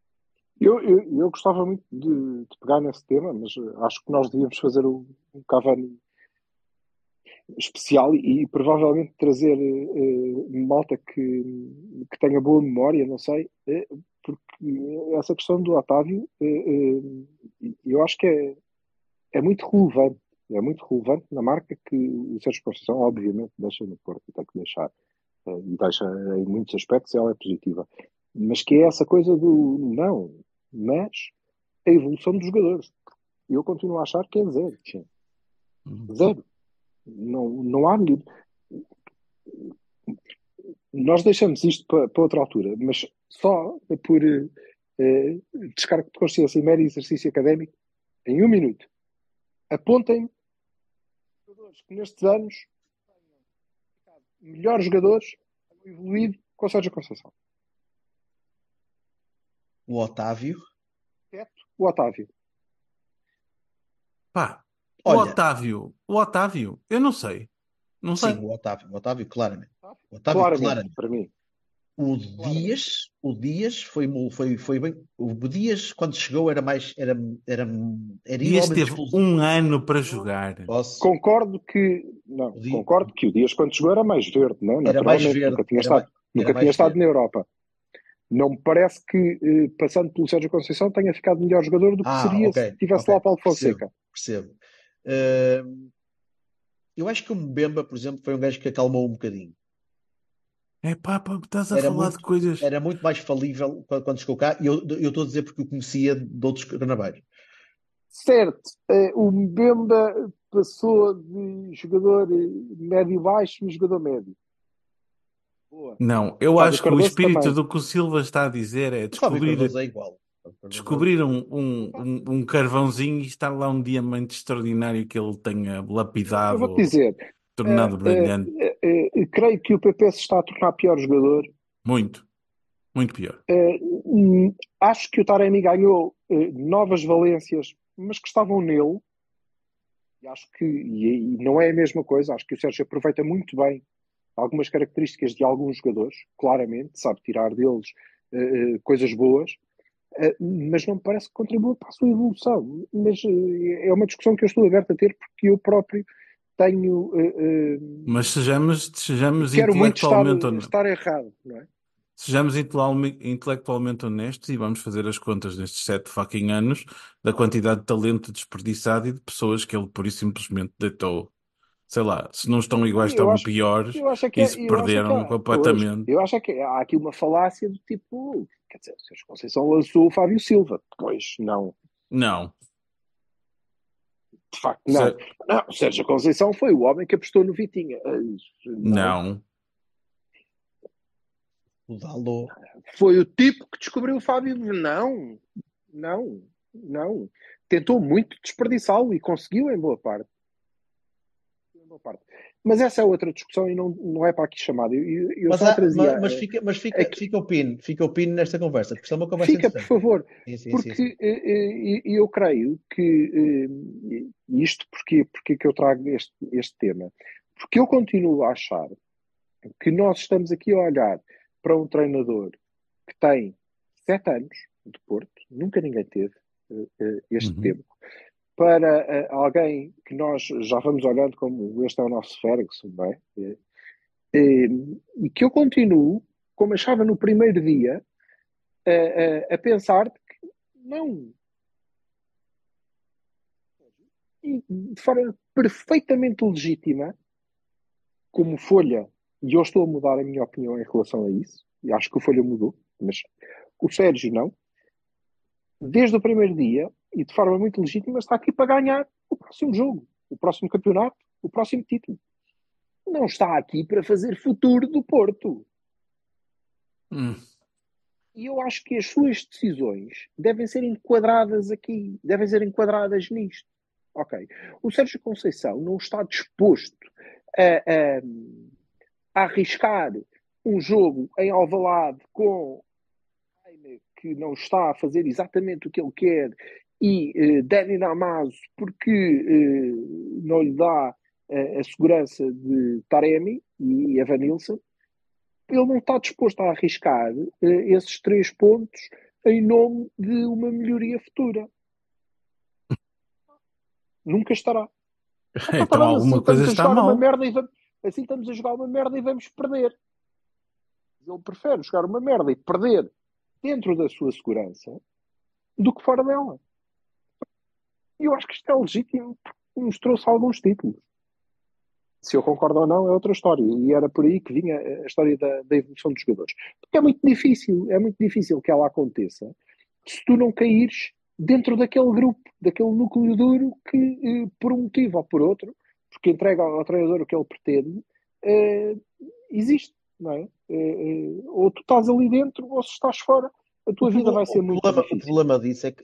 Eu gostava muito de pegar nesse tema, mas acho que nós devíamos fazer um Cavani especial e provavelmente trazer malta que tenha boa memória, não sei, porque essa questão do Otávio, eu acho que é muito relevante. É muito relevante na marca que o Sérgio Conceição, obviamente, deixa no Porto e tem que deixar. E deixa em muitos aspectos, ela é positiva. Mas que é essa coisa do não, mas a evolução dos jogadores. Eu continuo a achar que é zero. Sim. Zero. Não há medida. Nós deixamos isto para outra altura, mas só por descargo de consciência e mero exercício académico, em um minuto, apontem jogadores que nestes anos melhores jogadores têm evoluído com o Sérgio Conceição. O Otávio. O Otávio. Pá, Olha, o Otávio, eu não sei. Não sei. sim, o Otávio, claramente. O Otávio, Claramente, claramente. para mim. O Dias foi bem. O Dias, quando chegou, era mais. Era Dias igualmente teve explosivo. um ano para jogar. Posso? Concordo que o Dias quando chegou era mais verde, não é? Era mais Naturalmente, verde. nunca tinha Era estado, mais, nunca era tinha mais estado verde. na Europa. Não me parece que, passando pelo Sérgio Conceição, tenha ficado melhor jogador do que seria Ok, se tivesse ok. lá o Paulo Percebo, Fonseca. percebo. Eu acho que o Mbemba, por exemplo, foi um gajo que acalmou um bocadinho. É pá, estás a Era falar de muito, coisas. era muito mais falível quando chegou cá. E eu estou a dizer porque o conhecia de outros carnavais. Certo, o Mbemba passou de jogador médio-baixo a jogador médio. Boa. Não, eu Fábio acho que o Cardoso espírito também. do que o Silva está a dizer é O Fábio Cardoso é igual. descobrir um carvãozinho e estar lá um diamante extraordinário que ele tenha Eu lapidado vou-te ou dizer, tornado brilhante. creio que o PP se está a tornar pior jogador. Muito, muito pior. Acho que o Taremi ganhou novas valências, mas que estavam nele. E acho que e não é a mesma coisa. Acho que o Sérgio aproveita muito bem algumas características de alguns jogadores, claramente, sabe tirar deles coisas boas, mas não me parece que contribua para a sua evolução. Mas é uma discussão que eu estou aberto a ter porque eu próprio tenho. Mas sejamos Quero muito intelectualmente honestos. estar errado, não é? Sejamos intelectualmente honestos e vamos fazer as contas destes 7 fucking anos da quantidade de talento desperdiçado e de pessoas que ele pura e simplesmente deitou. Sei lá, se não estão iguais, Eu estão acho, piores eu acho que e se eu acho que perderam completamente. eu acho que há aqui uma falácia do tipo, quer dizer, o Sérgio Conceição lançou o Fábio Silva. Pois, não. Não. De facto, não. Se- Não, o Sérgio Conceição foi o homem que apostou no Vitinha. Não. Não. O Dalot. Foi o tipo que descobriu o Fábio. Não. Não. Não. Tentou muito desperdiçá-lo e conseguiu em boa parte. Mas essa é outra discussão e não é para aqui chamada. Eu Mas, só trazia. fica o pino nesta conversa, porque isto é uma conversa Fica, por interessante. favor, Sim. porque eu creio que isto porque que eu trago este tema? Porque eu continuo a achar que nós estamos aqui a olhar para um treinador que tem 7 anos de Porto, nunca ninguém teve este Uhum. tempo, para alguém que nós já vamos olhando como este é o nosso Ferguson, não é? E que eu continuo, como achava no primeiro dia, a pensar que não. E de forma perfeitamente legítima, como Folha, e eu estou a mudar a minha opinião em relação a isso, e acho que o Folha mudou, mas o Sérgio não, desde o primeiro dia, e de forma muito legítima, está aqui para ganhar o próximo jogo, o próximo campeonato, o próximo título. Não está aqui para fazer futuro do Porto. E eu acho que as suas decisões devem ser enquadradas aqui, devem ser enquadradas nisto. Ok. O Sérgio Conceição não está disposto a arriscar um jogo em Alvalade com que não está a fazer exatamente o que ele quer e Dani Namazo porque não lhe dá a segurança de Taremi e Evanilson. Ele não está disposto a arriscar esses 3 pontos em nome de uma melhoria futura. Nunca estará. Então alguma coisa está mal. Assim estamos a jogar uma merda e vamos perder. Ele prefere jogar uma merda e perder dentro da sua segurança do que fora dela. E eu acho que isto é legítimo porque nos trouxe alguns títulos. Se eu concordo ou não é outra história. E era por aí que vinha a história da evolução dos jogadores. Porque é muito difícil que ela aconteça se tu não caíres dentro daquele grupo, daquele núcleo duro que, por um motivo ou por outro, porque entrega ao treinador o que ele pretende, existe, não é? Ou tu estás ali dentro ou se estás fora, a tua vida vai ser muito difícil. O problema disso é que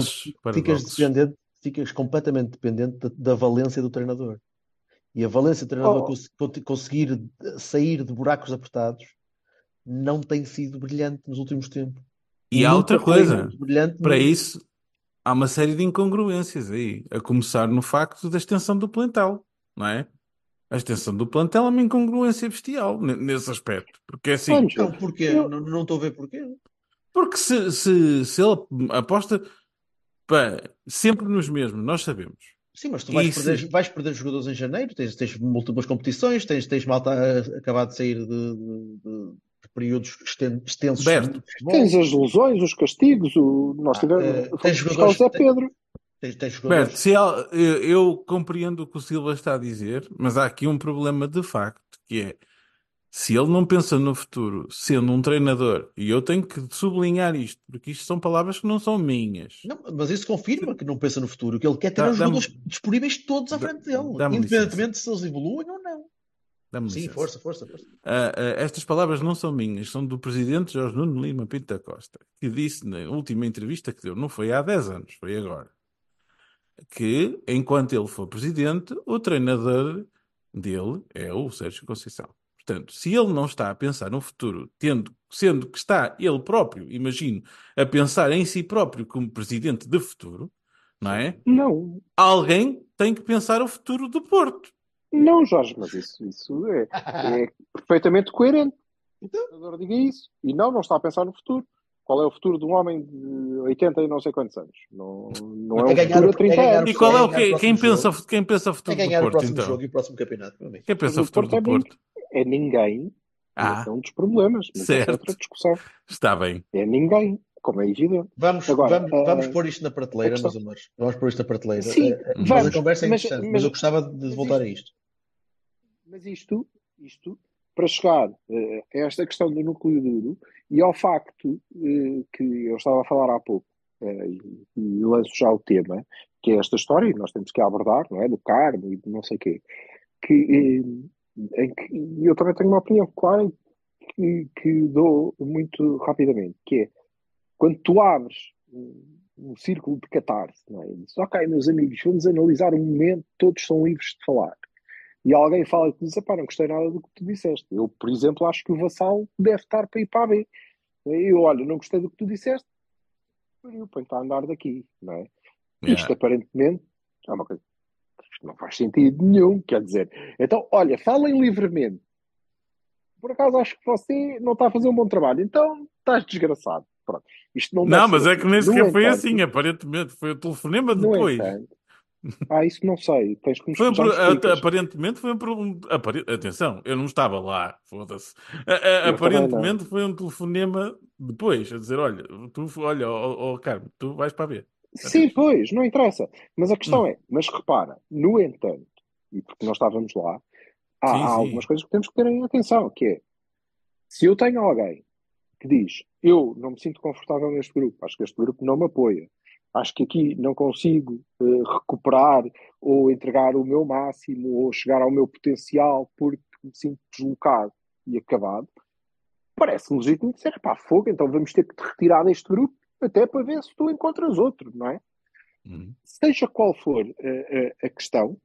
ficas completamente dependente da valência do treinador. E a valência do treinador conseguir sair de buracos apertados não tem sido brilhante nos últimos tempos. E há outra coisa. Brilhante Para isso, há uma série de incongruências aí. A começar no facto da extensão do plantel, não é? A extensão do plantel é uma incongruência bestial nesse aspecto. Porque assim. Então, porquê? Não estou a ver porquê. Porque se ele aposta sempre nos mesmos, nós sabemos. Sim, mas tu vais perder jogadores em janeiro, tens múltiplas competições, tens malta a acabar de sair de períodos extensos. Tens as lesões, os castigos, nós tivemos o Zé Pedro. Tens jogadores... Berto, eu compreendo o que o Silva está a dizer, mas há aqui um problema de facto, que é se ele não pensa no futuro sendo um treinador, e eu tenho que sublinhar isto, porque isto são palavras que não são minhas. Não, mas isso confirma que não pensa no futuro, que ele quer ter os jogadores disponíveis todos à frente dele, independentemente se eles evoluem ou não. Sim, força. Estas palavras não são minhas, são do presidente Jorge Nuno Lima Pinto da Costa, que disse na última entrevista que deu, não foi há 10 anos, foi agora, que enquanto ele for presidente, o treinador dele é o Sérgio Conceição. Portanto, se ele não está a pensar no futuro, sendo que está ele próprio, imagino, a pensar em si próprio como presidente de futuro, não é? Não. Alguém tem que pensar o futuro do Porto. Não, Jorge, mas isso é perfeitamente coerente. Então? O treinador diga isso. E não está a pensar no futuro. Qual é o futuro de um homem de 80 e não sei quantos anos? Não é um futuro a 30 anos. E qual é quem pensa o futuro ganhar do o Porto, próximo então? jogo e o próximo campeonato. Quem pensa o futuro do Porto? É ninguém Esse é Ah, um dos problemas, mas essa é outra certo. discussão. Está bem. É ninguém, como é evidente. Vamos, Agora, vamos, vamos pôr isto na a prateleira, questão. meus amores. Vamos pôr isto na prateleira. Sim, Mas a vamos, conversa é mas, interessante, mas mas, eu gostava de mas voltar a isto. Mas isto, para chegar a esta questão do núcleo duro e ao facto que eu estava a falar há pouco, e lanço já o tema, que é esta história, e nós temos que abordar, não é? Do Carmo e de não sei o quê, em que eu também tenho uma opinião clara que dou muito rapidamente, que é quando tu abres um círculo de catarse, não é? E dizes, ok, meus amigos, vamos analisar um momento, todos são livres de falar. E alguém fala e tu diz, pá, não gostei nada do que tu disseste. Eu, por exemplo, acho que o Vassal deve estar para ir para a B. Eu, olha, não gostei do que tu disseste, eu ponho-te a andar daqui, não é? Isto, Yeah. aparentemente, é uma coisa que não faz sentido nenhum, quer dizer. Então, olha, falem livremente. Por acaso acho que você não está a fazer um bom trabalho, então estás desgraçado. Pronto. Isto não deve Não, ser mas é que assim. nem sequer No foi assim, entanto, aparentemente. Foi o telefonema no depois. entanto, isso não sei, tens que Foi já me explicas. aparentemente foi atenção, eu não estava lá, foda-se. Eu também não. Aparentemente foi um telefonema depois, a dizer, olha, olha, Carmo, tu vais para ver. Sim, pois, não interessa. Mas a questão Hum, é, mas repara, no entanto, e porque nós estávamos lá, há sim, algumas sim. coisas que temos que ter em atenção, que é, se eu tenho alguém que diz, eu não me sinto confortável neste grupo, acho que este grupo não me apoia, acho que aqui não consigo recuperar ou entregar o meu máximo ou chegar ao meu potencial porque me sinto deslocado e acabado, parece-me legítimo dizer, pá, fogo, então vamos ter que te retirar deste grupo até para ver se tu encontras outro, não é? Uhum. Seja qual for a questão,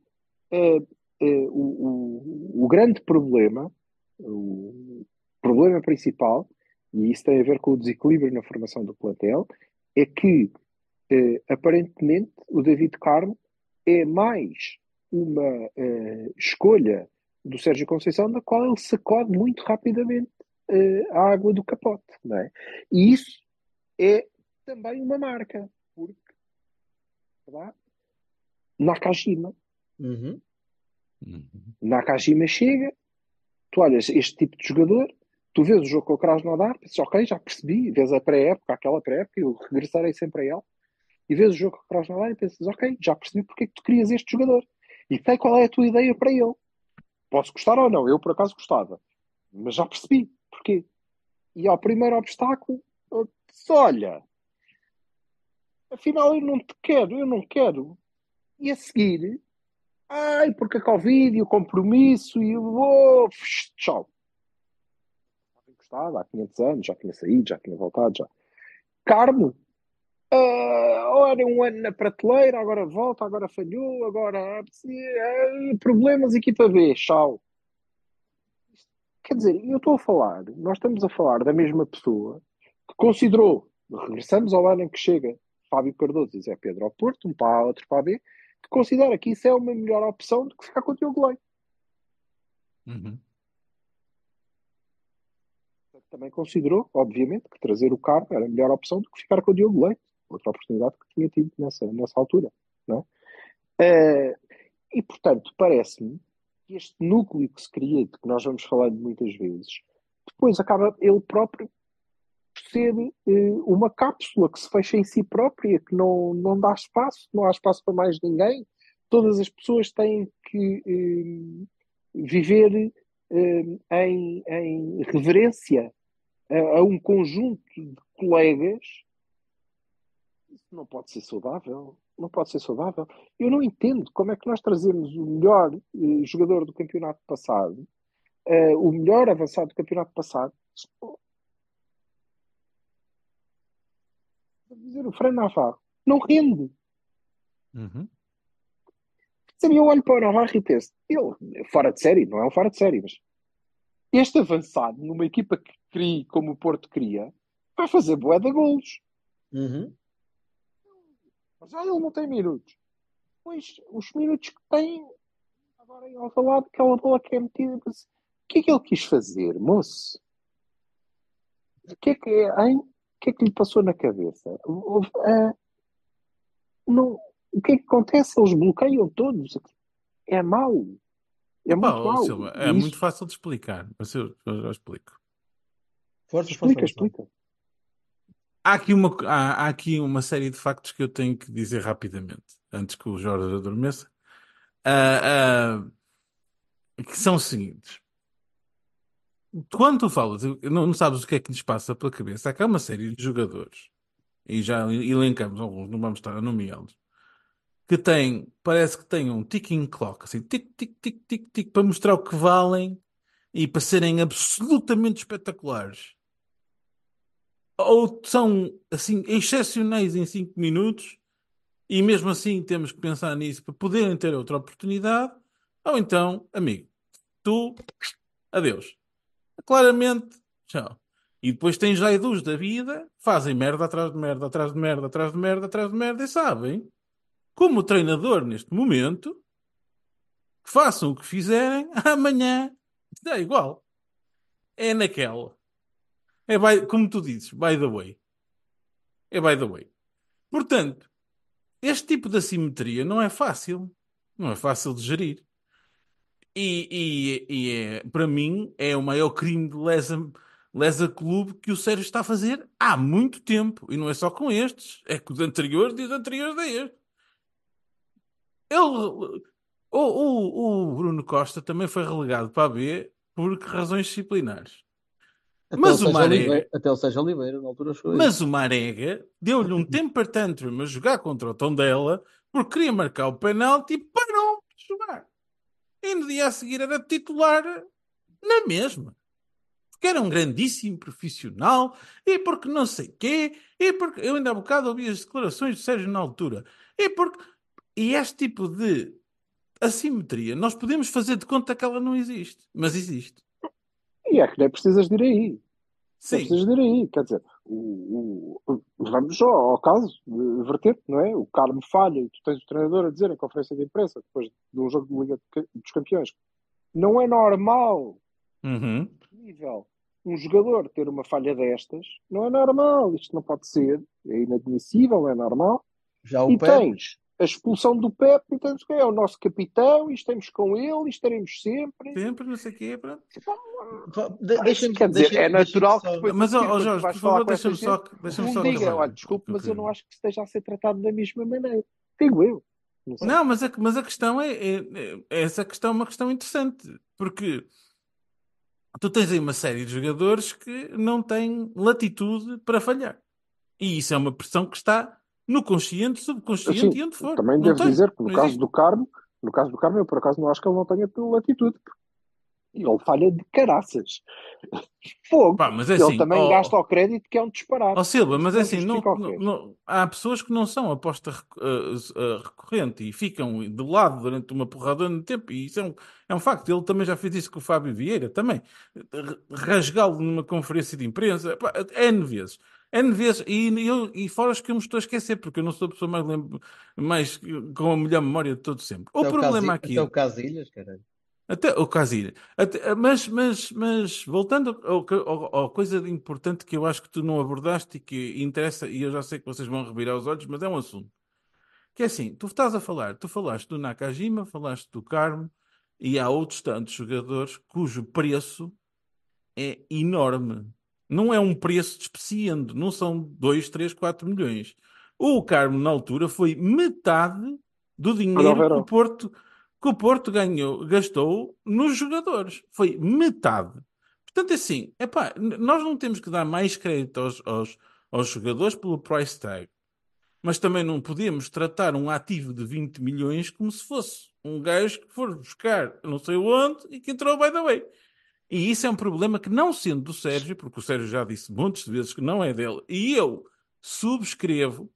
o grande problema, o problema principal, e isso tem a ver com o desequilíbrio na formação do plantel, é que aparentemente o David Carmo é mais uma escolha do Sérgio Conceição da qual ele sacode muito rapidamente a água do capote, não é? E isso é também uma marca, porque verdade, Nakajima. Uhum. Uhum. Nakajima chega, tu olhas este tipo de jogador, tu vês o jogo com o Krasnodar, pensas, ok, já percebi, vês a pré-época, aquela pré-época, eu regressarei sempre a ela, e vês o jogo com o Krasnodar e pensas, ok, já percebi porque é que tu querias este jogador, e sei qual é a tua ideia para ele. Posso gostar ou não, eu por acaso gostava, mas já percebi porquê. E ao primeiro obstáculo, eu disse, olha, afinal eu não quero. E a seguir, ai, porque a Covid e o compromisso e tchau. Estava encostado há 500 anos, já tinha saído, já tinha voltado, já. Carmo, ora um ano na prateleira, agora volta, agora falhou, agora problemas, equipa B, tchau. Quer dizer, eu estou a falar, nós estamos a falar da mesma pessoa que considerou, regressamos ao ano em que chega Fábio Cardoso e Zé Pedro ao Porto, um para A, outro para B, que considera que isso é uma melhor opção do que ficar com o Diogo Leite. Uhum. Também considerou, obviamente, que trazer o Carmo era a melhor opção do que ficar com o Diogo Leite, outra oportunidade que tinha tido nessa altura. Não é? E, portanto, parece-me que este núcleo que se cria, de que nós vamos falando muitas vezes, depois acaba ele próprio por ser uma cápsula que se fecha em si própria, que não dá espaço, não há espaço para mais ninguém. Todas as pessoas têm que viver em reverência a um conjunto de colegas. Isso não pode ser saudável. Não pode ser saudável. Eu não entendo como é que nós trazemos o melhor jogador do campeonato passado, o melhor avançado do campeonato passado, dizer o Fran Navarro, não rende. Uhum. Sabe, eu olho para o Navarro e penso, ele, fora de série, não é um fora de série, mas este avançado numa equipa que cria como o Porto cria, vai fazer bué de golos. Uhum. Mas ele não tem minutos. Pois, os minutos que tem, agora em Alvalade, aquela bola que é metida, mas, o que é que ele quis fazer, moço? O que é que, hein? O que é que lhe passou na cabeça? Não, o que é que acontece? Eles bloqueiam todos. É mau. É Epá, muito mau. Silva, é E muito isso, fácil de explicar, mas eu já explico. Força, explica, Gonçalo. explica. Há aqui uma série de factos que eu tenho que dizer rapidamente, antes que o Jorge adormeça, ah, que são os seguintes. Quando tu falas, não sabes o que é que lhes passa pela cabeça, há cá uma série de jogadores, e já elencamos alguns, não vamos estar a nomeá-los, que têm, parece que têm um ticking clock, assim, tic, tic, tic, tic, tic, para mostrar o que valem e para serem absolutamente espetaculares. Ou são, assim, excepcionais em 5 minutos e mesmo assim temos que pensar nisso para poderem ter outra oportunidade. Ou então, amigo, tu, adeus. Claramente, tchau. E depois tens já idus da vida, fazem merda atrás de merda, atrás de merda, atrás de merda, atrás de merda e sabem, como treinador neste momento, que façam o que fizerem, amanhã dá igual. É naquela. Como tu dizes, by the way. É by the way. Portanto, este tipo de assimetria não é fácil. Não é fácil de gerir. Para mim, é o maior crime de lesa clube que o Sérgio está a fazer há muito tempo. E não é só com estes, é com os anteriores e os anteriores a este. Ele, o Bruno Costa também foi relegado para a B por razões disciplinares. Mas o Marega, Até o Sérgio Oliveira, na altura, chegou aí. mas o Marega deu-lhe um temper tantrum a jogar contra o Tondela porque queria marcar o penalti e parou de jogar. E no dia a seguir era titular na mesma. Porque era um grandíssimo profissional e porque não sei quê, e porque eu ainda há bocado ouvi as declarações do Sérgio na altura. E este tipo de assimetria, nós podemos fazer de conta que ela não existe, mas existe. E é que nem precisas de ir aí. Não Sim, precisas de ir aí. Quer dizer, vamos ao caso de verter, não é? O Carmo falha e tu tens o treinador a dizer em conferência de imprensa, depois de um jogo de Liga dos Campeões, não é normal, uhum. nível, um jogador ter uma falha destas, não é normal, isto não pode ser, é inadmissível, não é normal. Já o E Pepe, tens a expulsão do Pepe, e tens que é o nosso capitão, e estamos com ele, e estaremos sempre. Sempre, não sei o quê, pronto. deixa-me Quer dizer, é natural que só. depois Mas, a seguir, ó quando tu Jorge, vais por falar favor, com essa gente, deixa-me um só diga, acabar. olha, desculpe, mas eu não acho que esteja a ser tratado da mesma maneira. Digo eu. Não sei. Não, mas a questão essa questão é uma questão interessante, porque tu tens aí uma série de jogadores que não têm latitude para falhar. E isso é uma pressão que está no consciente, subconsciente Assim, e onde for. também Não devo tem, dizer que não existe. no caso do Carmo, eu por acaso não acho que ele não tenha latitude. Ele falha de caraças. Fogo. Pá, mas é Ele assim, também gasta o crédito que é um disparate. Silva, Isso mas é não assim, justifica o resto. há pessoas que não são aposta recorrente e ficam de lado durante uma porrada de tempo, e isso é um facto. Ele também já fez isso com o Fábio Vieira, também. Rasgá-lo numa conferência de imprensa, pá, N vezes. N vezes, e fora os que eu me estou a esquecer, porque eu não sou a pessoa mais com a melhor memória de todo sempre. O problema Até aqui. o Casilhas, caralho. Até o Casilha. Mas voltando ao coisa de importante que eu acho que tu não abordaste e que interessa, e eu já sei que vocês vão revirar os olhos, mas é um assunto. Que é assim, tu falaste do Nakajima, falaste do Carmo, e há outros tantos jogadores cujo preço é enorme. Não é um preço despreciando, não são 2, 3, 4 milhões. O Carmo, na altura, foi metade do Olha o dinheiro Verão. que o Porto gastou nos jogadores. Foi metade. Portanto, assim, epá, nós não temos que dar mais crédito aos jogadores pelo price tag, mas também não podemos tratar um ativo de 20 milhões como se fosse um gajo que for buscar não sei onde e que entrou by the way. E isso é um problema que, não sendo do Sérgio, porque o Sérgio já disse montes de vezes que não é dele, e subscrevo,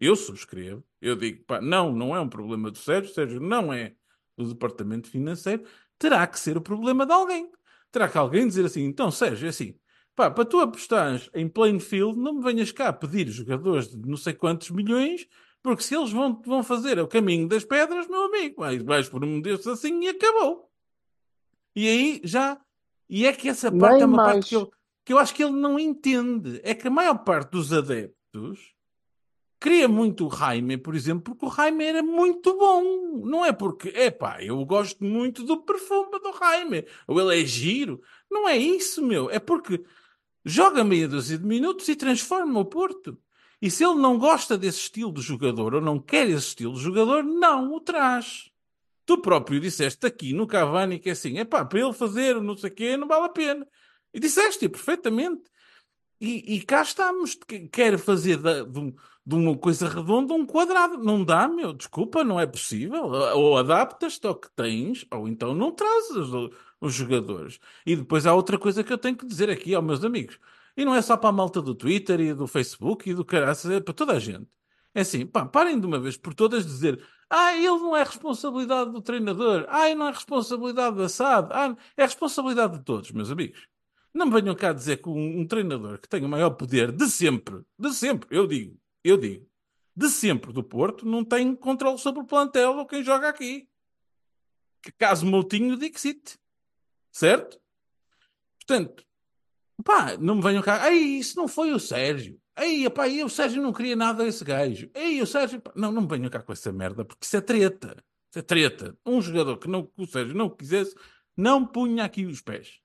eu digo, pá, não é um problema do Sérgio, o Sérgio não é do departamento financeiro, terá que ser o problema de alguém. Terá que alguém dizer assim, então, Sérgio, é assim, pá, para tu apostares em Plainfield, não me venhas cá pedir jogadores de não sei quantos milhões, porque se eles vão fazer o caminho das pedras, meu amigo, vais por um desses assim e acabou. E aí já. E é que essa parte é Nem uma parte mais. que eu acho que ele não entende. É que a maior parte dos adeptos queria muito o Jaime, por exemplo, porque o Jaime era muito bom. Não é porque, eu gosto muito do perfume do Jaime, ou ele é giro. Não é isso, meu. É porque joga meia dúzia de minutos e transforma o Porto. E se ele não gosta desse estilo de jogador, ou não quer esse estilo de jogador, não o traz. Tu próprio disseste aqui no Cavani que é assim, para ele fazer não sei o quê, não vale a pena. E disseste perfeitamente. E cá estamos, quer fazer de uma coisa redonda um quadrado. Não dá, meu, desculpa, não é possível. Ou adaptas-te ao que tens, ou então não trazes os jogadores. E depois há outra coisa que eu tenho que dizer aqui aos meus amigos. E não é só para a malta do Twitter e do Facebook e do caraças, é para toda a gente. É assim, parem de uma vez por todas dizer ele não é responsabilidade do treinador, não é responsabilidade da SAD, é responsabilidade de todos, meus amigos. Não me venham cá dizer que um treinador que tem o maior poder de sempre, eu digo, de sempre do Porto, não tem controle sobre o plantel ou quem joga aqui. Que caso Moutinho Dixit, certo? Portanto, não me venham cá, isso não foi o Sérgio. O Sérgio não queria nada desse gajo. O Sérgio, não me venham cá com essa merda, porque isso é treta. Isso é treta. Um jogador que o Sérgio não quisesse, não punha aqui os pés.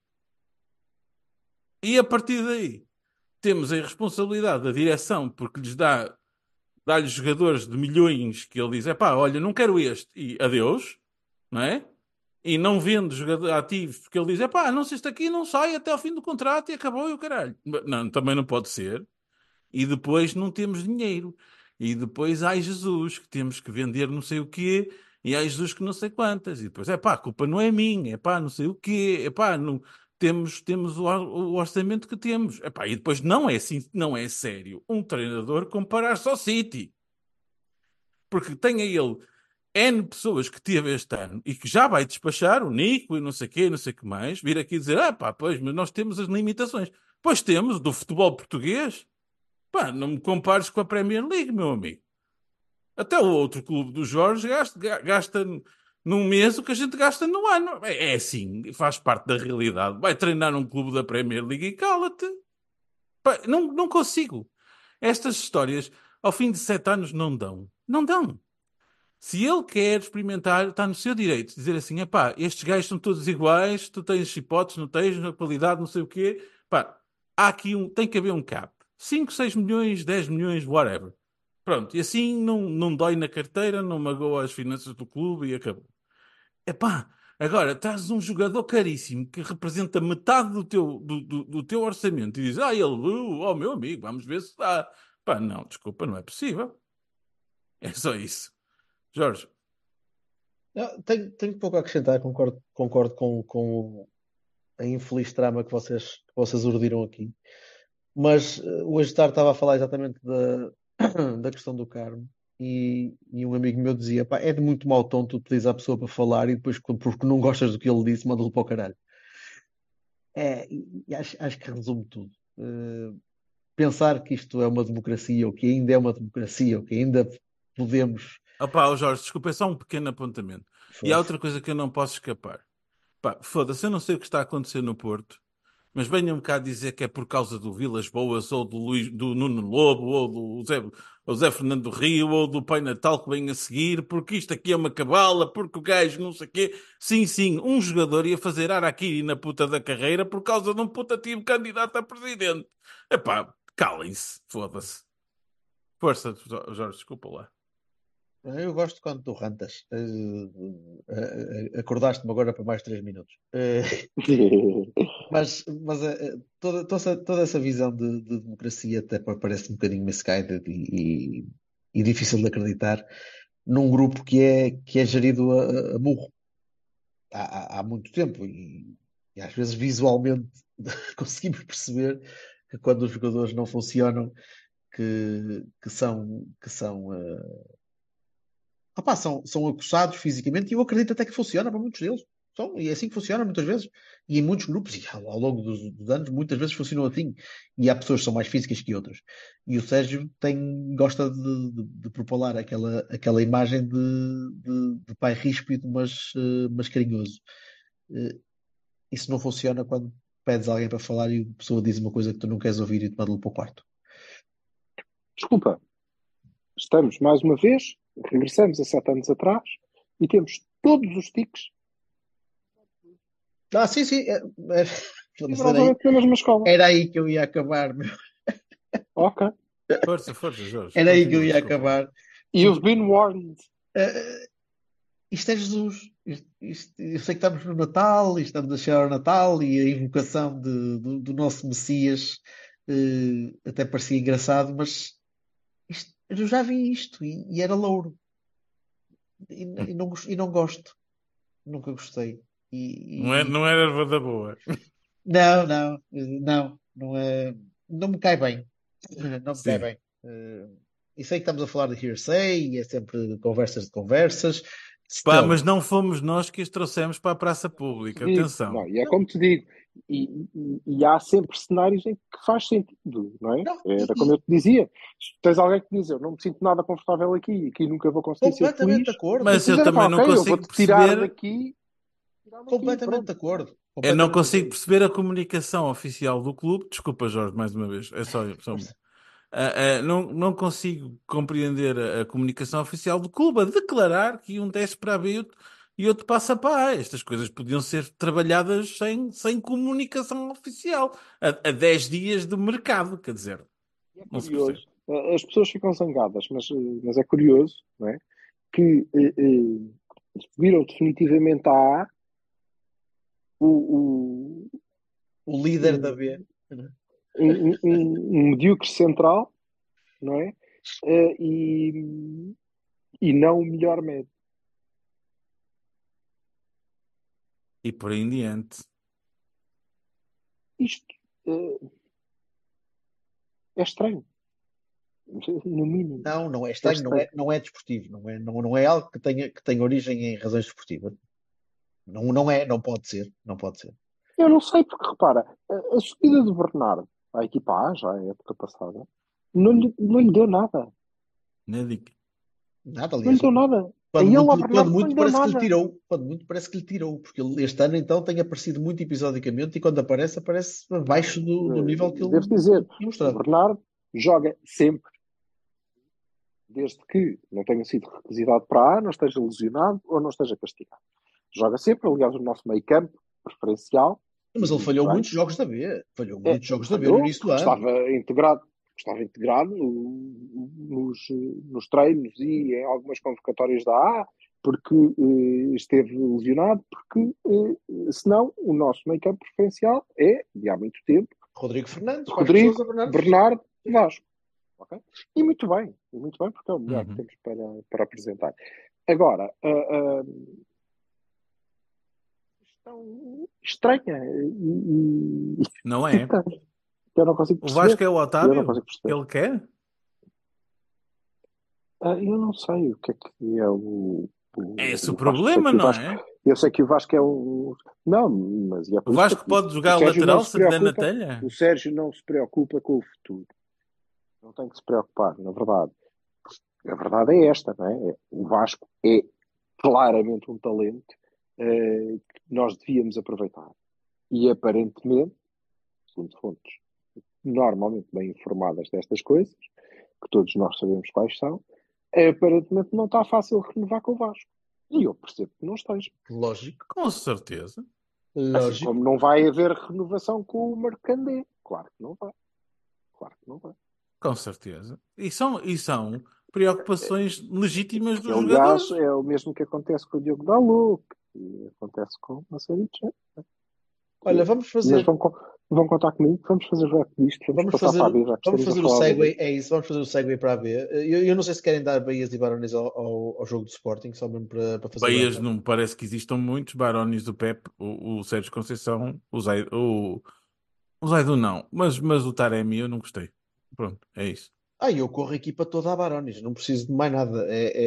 E a partir daí, temos a irresponsabilidade da direção, porque dá-lhes jogadores de milhões que ele diz, olha, não quero este, e adeus, não é? E não vende jogadores ativos, porque ele diz, não, se este aqui não sai até ao fim do contrato e acabou e o caralho. Não, também não pode ser. E depois não temos dinheiro. E depois, ai Jesus, que temos que vender não sei o quê, e ai Jesus que não sei quantas. E depois, a culpa não é minha, não sei o quê, não... Temos o orçamento que temos. E depois não é assim, não é sério um treinador comparar-se ao City. Porque tem a ele N pessoas que teve este ano e que já vai despachar, o Nico e não sei o quê, não sei o que mais, vir aqui dizer, pois, mas nós temos as limitações. Pois temos, do futebol português. Não me compares com a Premier League, meu amigo. Até o outro clube do Jorge gasta num mês o que a gente gasta no ano. É assim, faz parte da realidade. Vai treinar num clube da Premier League e cala-te. Não consigo. Estas histórias, ao fim de 7 anos, não dão. Não dão. Se ele quer experimentar, está no seu direito. Dizer assim, estes gajos são todos iguais, tu tens hipóteses, não tens, na qualidade, não sei o quê. Há aqui tem que haver um cap. 5, 6 milhões, 10 milhões, whatever. Pronto, e assim não dói na carteira, não magoa as finanças do clube e acabou. Agora trazes um jogador caríssimo que representa metade do teu orçamento e dizes, meu amigo, vamos ver se dá. Não, desculpa, não é possível. É só isso. Jorge. Tenho pouco a acrescentar, concordo com a infeliz trama que vocês urdiram aqui. Mas hoje de tarde estava a falar exatamente da questão do Carmo e um amigo meu dizia, é de muito mau tom tu pedires à pessoa para falar e depois, porque não gostas do que ele disse, manda-lo para o caralho. E acho que resume tudo. Pensar que isto é uma democracia, ou que ainda é uma democracia, ou que ainda podemos... Jorge, desculpa, é só um pequeno apontamento. E há outra coisa que eu não posso escapar. Foda-se, eu não sei o que está a acontecer no Porto, mas venham-me cá dizer que é por causa do Vilas Boas, ou do Nuno Lobo, ou do Zé Fernando do Rio, ou do Pai Natal que vem a seguir, porque isto aqui é uma cabala, porque o gajo não sei o quê. Sim, um jogador ia fazer araquiri na puta da carreira por causa de um putativo candidato a presidente. Calem-se, foda-se. Força, Jorge, desculpa lá. Eu gosto quando tu rantas. Acordaste-me agora para mais 3 minutos. Mas toda essa visão de democracia até parece um bocadinho misguided e difícil de acreditar num grupo que é gerido a burro há muito tempo e às vezes visualmente conseguimos perceber que quando os jogadores não funcionam são acossados fisicamente e eu acredito até que funciona para muitos deles. E é assim que funciona muitas vezes. E em muitos grupos, e ao longo dos anos, muitas vezes funcionou assim. E há pessoas que são mais físicas que outras. E o Sérgio gosta de propalar aquela imagem de pai ríspido, mas carinhoso. Isso não funciona quando pedes alguém para falar e a pessoa diz uma coisa que tu não queres ouvir e te manda-lo para o quarto. Desculpa. estamos, mais uma vez, regressamos a 7 anos atrás e temos todos os tiques Sim. rigorosamente na mesma escola. Era aí que eu ia acabar, meu. Ok. Força, Jorge. Era aí que eu Continua, ia desculpa. acabar. You've been warned. Isto é Jesus. Eu sei que estamos no Natal e estamos a chegar ao Natal e a invocação do nosso Messias até parecia engraçado, mas eu já vi isto e era louro. E não gosto. Nunca gostei. Não era erva da boa. Não é, não me cai bem. Não me cai Sim. bem. E sei que estamos a falar de hearsay e é sempre conversas de conversas. Pá, Still, mas não fomos nós que as trouxemos para a praça pública. Digo, Atenção. não, e é como te digo, e há sempre cenários em que faz sentido, não é? Não, Era como eu te dizia, se tens alguém que diz, eu não me sinto nada confortável aqui nunca vou conseguir ser completamente de feliz, acordo. Mas eu dizer, também não ok, eu consigo vou-te tirar perceber. daqui, Completamente de acordo. Eu não Completamente de consigo acordo. perceber a comunicação oficial do clube. Desculpa, Jorge, mais uma vez. É só. Força. Não consigo compreender a comunicação oficial do clube a declarar que um desce para a B e outro passa para A. Estas coisas podiam ser trabalhadas sem comunicação oficial. A 10 dias de mercado, quer dizer. É Não se percebe. curioso, as pessoas ficam zangadas, mas é curioso, não é? Que viram definitivamente a A, o, O líder da B. um medíocre central, não é? E não o melhor médio. E por aí em diante. Isto é estranho, no mínimo. Não é estranho, não é desportivo, não é algo que tenha origem em razões desportivas. Não pode ser, não pode ser. Eu não sei, porque repara, a subida do Bernardo à equipa A, já a época passada, não lhe deu nada. Nédico. Nada, Não lhe aliás. deu nada. A ele, ao Bernardo, Quando não muito lhe deu parece que lhe nada. tirou. Quando muito parece que lhe tirou. Porque ele, este ano então tem aparecido muito episodicamente e quando aparece abaixo do nível que ele Devo dizer, tinha o mostrado. Bernardo joga sempre, desde que não tenha sido requisitado para A, não esteja lesionado ou não esteja castigado. Joga sempre, aliás, o nosso meio campo preferencial. Mas ele falhou muitos jogos da B. Falhou muitos jogos da B no início do ano. Estava integrado nos treinos e em algumas convocatórias da A, porque esteve lesionado, porque senão o nosso meio campo preferencial é, de há muito tempo, Rodrigo Fernandes, Rodrigo, Sousa, Bernardo e Vasco. Okay? E muito bem, porque é o melhor que temos para apresentar. Agora, questão estranha Não é? eu não consigo O perceber. Vasco é o Eu não Otávio consigo que perceber. ele quer? Eu não sei o que é É esse o Vasco. problema, não é? Eu sei que o Vasco é um. Não, mas é por O isso Vasco que pode jogar o Sérgio lateral não se se lhe der na preocupa. telha? O Sérgio não se preocupa com o futuro. Não tem que se preocupar, na verdade. A verdade é esta, não é? O Vasco é claramente um talento que nós devíamos aproveitar. E aparentemente, segundo fontes normalmente bem informadas destas coisas, que todos nós sabemos quais são, aparentemente não está fácil renovar com o Vasco. E eu percebo que não esteja. Lógico. Com certeza. Assim Lógico. como não vai haver renovação com o Marcandé. Claro que não vai. Claro que não vai. Com certeza. E são preocupações legítimas dos Aliás, jogadores. é o mesmo que acontece com o Diogo Dalot, que acontece com uma série de gente. Olha, vamos fazer. Mas vão contar comigo, vamos fazer já disto, vamos passar para a B, já que Vamos estamos fazer a o falar segue, é isso, vamos fazer o segue para a B. Eu não sei se querem dar Bahias e Barões ao jogo do Sporting, só mesmo para fazer Bahias não me parece que existam muitos. Barões do Pep, o Sérgio Conceição, o Zaidu não, mas o Taremi eu não gostei. Pronto, é isso. Eu corro a equipa toda a Barões, não preciso de mais nada.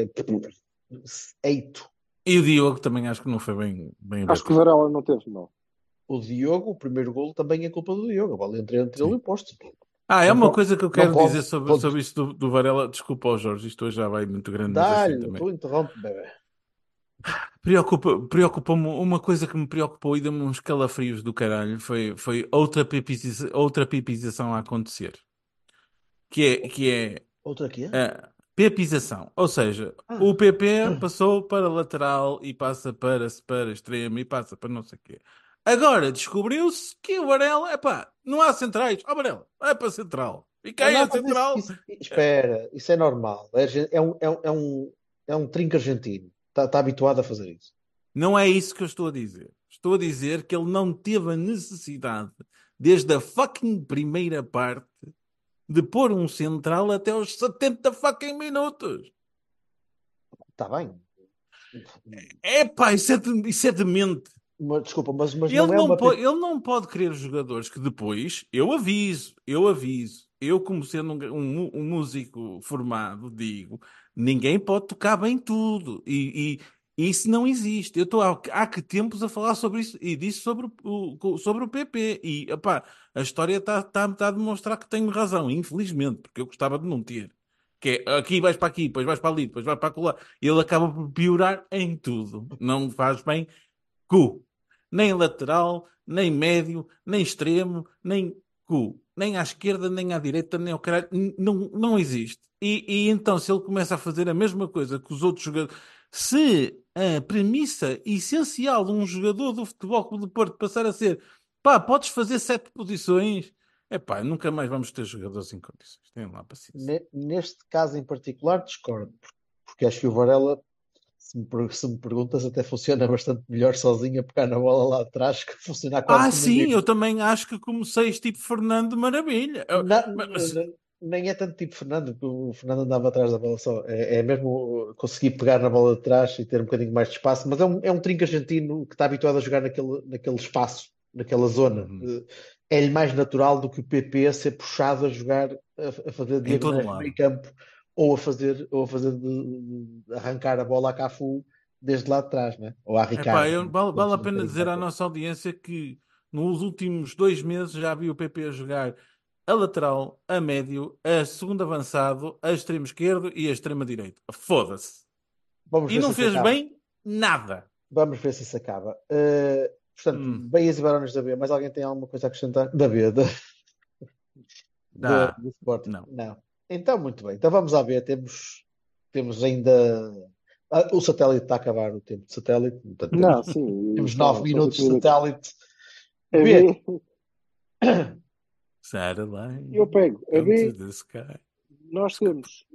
Eito. E o Diogo também acho que não foi bem Acho que o Varela não teve, não. O Diogo, o primeiro golo também é culpa do Diogo. A bola entre ele e o posto. É uma coisa que eu quero dizer pode. sobre isso do Varela. Desculpa ao Jorge, isto hoje já vai muito grande. Dá-lhe, mas assim tu interrompe, bebê. Preocupa-me uma coisa que me preocupou e deu-me uns calafrios do caralho. Foi outra pipização a acontecer. Que é Outra aqui? Pepização. Ou seja, Ah. o PP passou para lateral e passa para extremo e passa para não sei o quê. Agora descobriu-se que o Varela, epá, não há centrais. Ó Varela, é para central. E Não, quem é não, mas central? espera, isso é normal. É um trinco argentino. Está habituado a fazer isso. Não é isso que eu estou a dizer. Estou a dizer que ele não teve a necessidade, desde a fucking primeira parte, de pôr um central até aos 70 fucking minutos. Está bem. Epá, isso é demente. Desculpa, mas não é uma. Ele não pode querer jogadores que depois, eu como sendo um músico formado, digo, ninguém pode tocar bem tudo. E isso não existe. Eu estou há que tempos a falar sobre isso e disse sobre o PP. E, epá, a história está a demonstrar que tenho razão, infelizmente, porque eu gostava de não ter. Que é, aqui vais para aqui, depois vais para ali, depois vais para acolá. Ele acaba por piorar em tudo. Não faz bem cu. Nem lateral, nem médio, nem extremo, nem cu. Nem à esquerda, nem à direita, nem ao caralho. Não existe. E então, se ele começa a fazer a mesma coisa que os outros jogadores. Se a premissa essencial de um jogador do Futebol Clube do Porto passar a ser pá, podes fazer 7 posições, é pá, nunca mais vamos ter jogadores em condições. Tenham lá paciência. Neste caso em particular, discordo, porque acho que o Varela, se me perguntas, até funciona bastante melhor sozinho a pegar na bola lá atrás que funcionar quase Ah, como sim, ninguém. eu também acho que comecei tipo Fernando Maravilha. Mas, Nem é tanto tipo Fernando, que o Fernando andava atrás da bola só. É mesmo conseguir pegar na bola de trás e ter um bocadinho mais de espaço, mas é um trinco argentino que está habituado a jogar naquele espaço, naquela zona. uhum, É-lhe mais natural do que o PP ser puxado a jogar, a fazer em todo diagonais no meio lado. campo ou a fazer de arrancar a bola a Cafu desde lá de trás, né? Ou a Epá, Ricardo, quando vale a precisa um pena bocadinho dizer mais à tempo. nossa audiência que nos últimos 2 meses já vi o PP a jogar a lateral, a médio, a segundo avançado, a extremo esquerdo e a extrema direito. Foda-se. Vamos E ver se não isso fez acaba. bem nada. Vamos ver se isso acaba. Portanto, Hum, Bahias e Barões da B. Mais alguém tem alguma coisa a acrescentar? Da B, dá. do Sporting? Não. Não. Então, muito bem. Então vamos à B. Temos ainda. O satélite está a acabar o tempo de satélite. Portanto, temos, Não, sim, temos 9 são 5 minutos de minutos. satélite. A B. B, eu Satellite, pego. A come to B, the sky. nós Desculpa. temos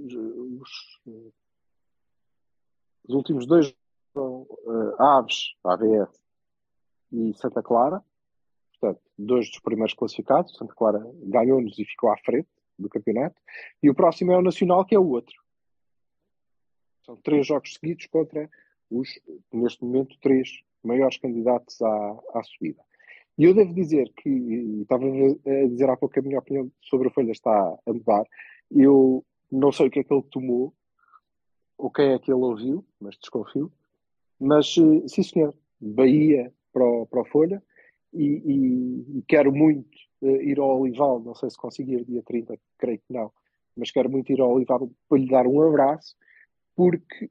os últimos dois são Aves, AVS e Santa Clara. Portanto, dois dos primeiros classificados. Santa Clara ganhou-nos e ficou à frente do campeonato. E o próximo é o Nacional, que é o outro. São 3 jogos seguidos contra os, neste momento, 3 maiores candidatos à subida. E eu devo dizer que, e estava a dizer há pouco que a minha opinião sobre o Folha está a mudar. Eu não sei o que é que ele tomou, ou quem é que ele ouviu, mas desconfio. Mas, sim senhor, Bahia para o Folha, e quero muito ir ao Olival, não sei se conseguir dia 30, creio que não, mas quero muito ir ao Olival para lhe dar um abraço, porque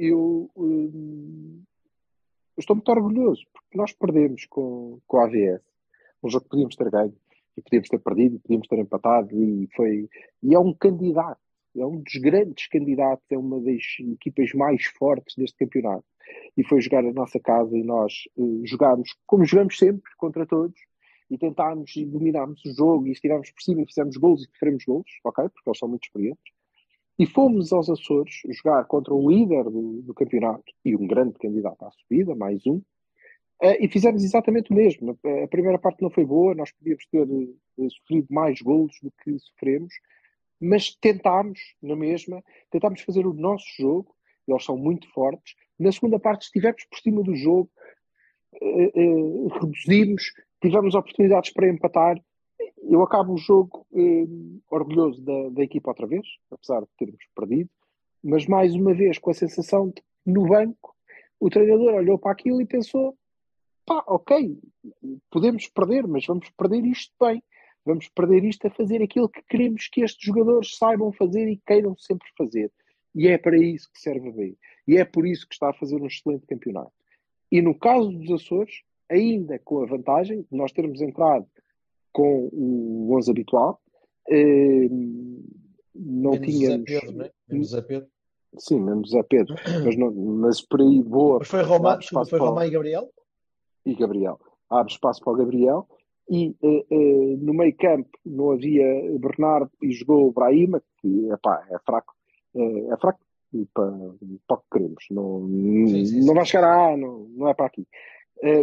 eu estou muito orgulhoso, porque nós perdemos com a AVS, um jogo que podíamos ter ganho, e podíamos ter perdido, e podíamos ter empatado, e é um candidato, é um dos grandes candidatos, é uma das equipas mais fortes deste campeonato. E foi jogar a nossa casa e nós jogámos como jogamos sempre, contra todos, e tentámos e dominámos o jogo, e estirámos por cima e fizemos golos e sofremos golos, ok? Porque eles são muito experientes. E fomos aos Açores jogar contra o líder do campeonato e um grande candidato à subida, mais um, e fizemos exatamente o mesmo. A primeira parte não foi boa, nós podíamos ter sofrido mais golos do que sofremos, mas tentámos, na mesma, tentámos fazer o nosso jogo, eles são muito fortes. Na segunda parte estivemos por cima do jogo, reduzimos, tivemos oportunidades para empatar. Eu acabo o jogo orgulhoso da equipa outra vez, apesar de termos perdido, mas mais uma vez com a sensação de que no banco o treinador olhou para aquilo e pensou: pá, ok, podemos perder, mas vamos perder isto bem. Vamos perder isto a fazer aquilo que queremos que estes jogadores saibam fazer e queiram sempre fazer. E é para isso que serve a B. E é por isso que está a fazer um excelente campeonato. E no caso dos Açores, ainda com a vantagem de nós termos entrado com o 11 habitual, não Menos Zé tínhamos. Pedro, não é? Menos Zé Pedro. Sim, menos Zé Pedro. Mas por aí boa. Mas foi Roma, Abre desculpa, espaço foi para Roma e Gabriel? e Gabriel. Abre espaço para o Gabriel. E no meio campo não havia Bernardo e jogou o Brahima, que epá, é fraco. É fraco para o que queremos. Não, Sim, sim, não sim, vai sim, chegar sim. a A, não é para aqui. Eh,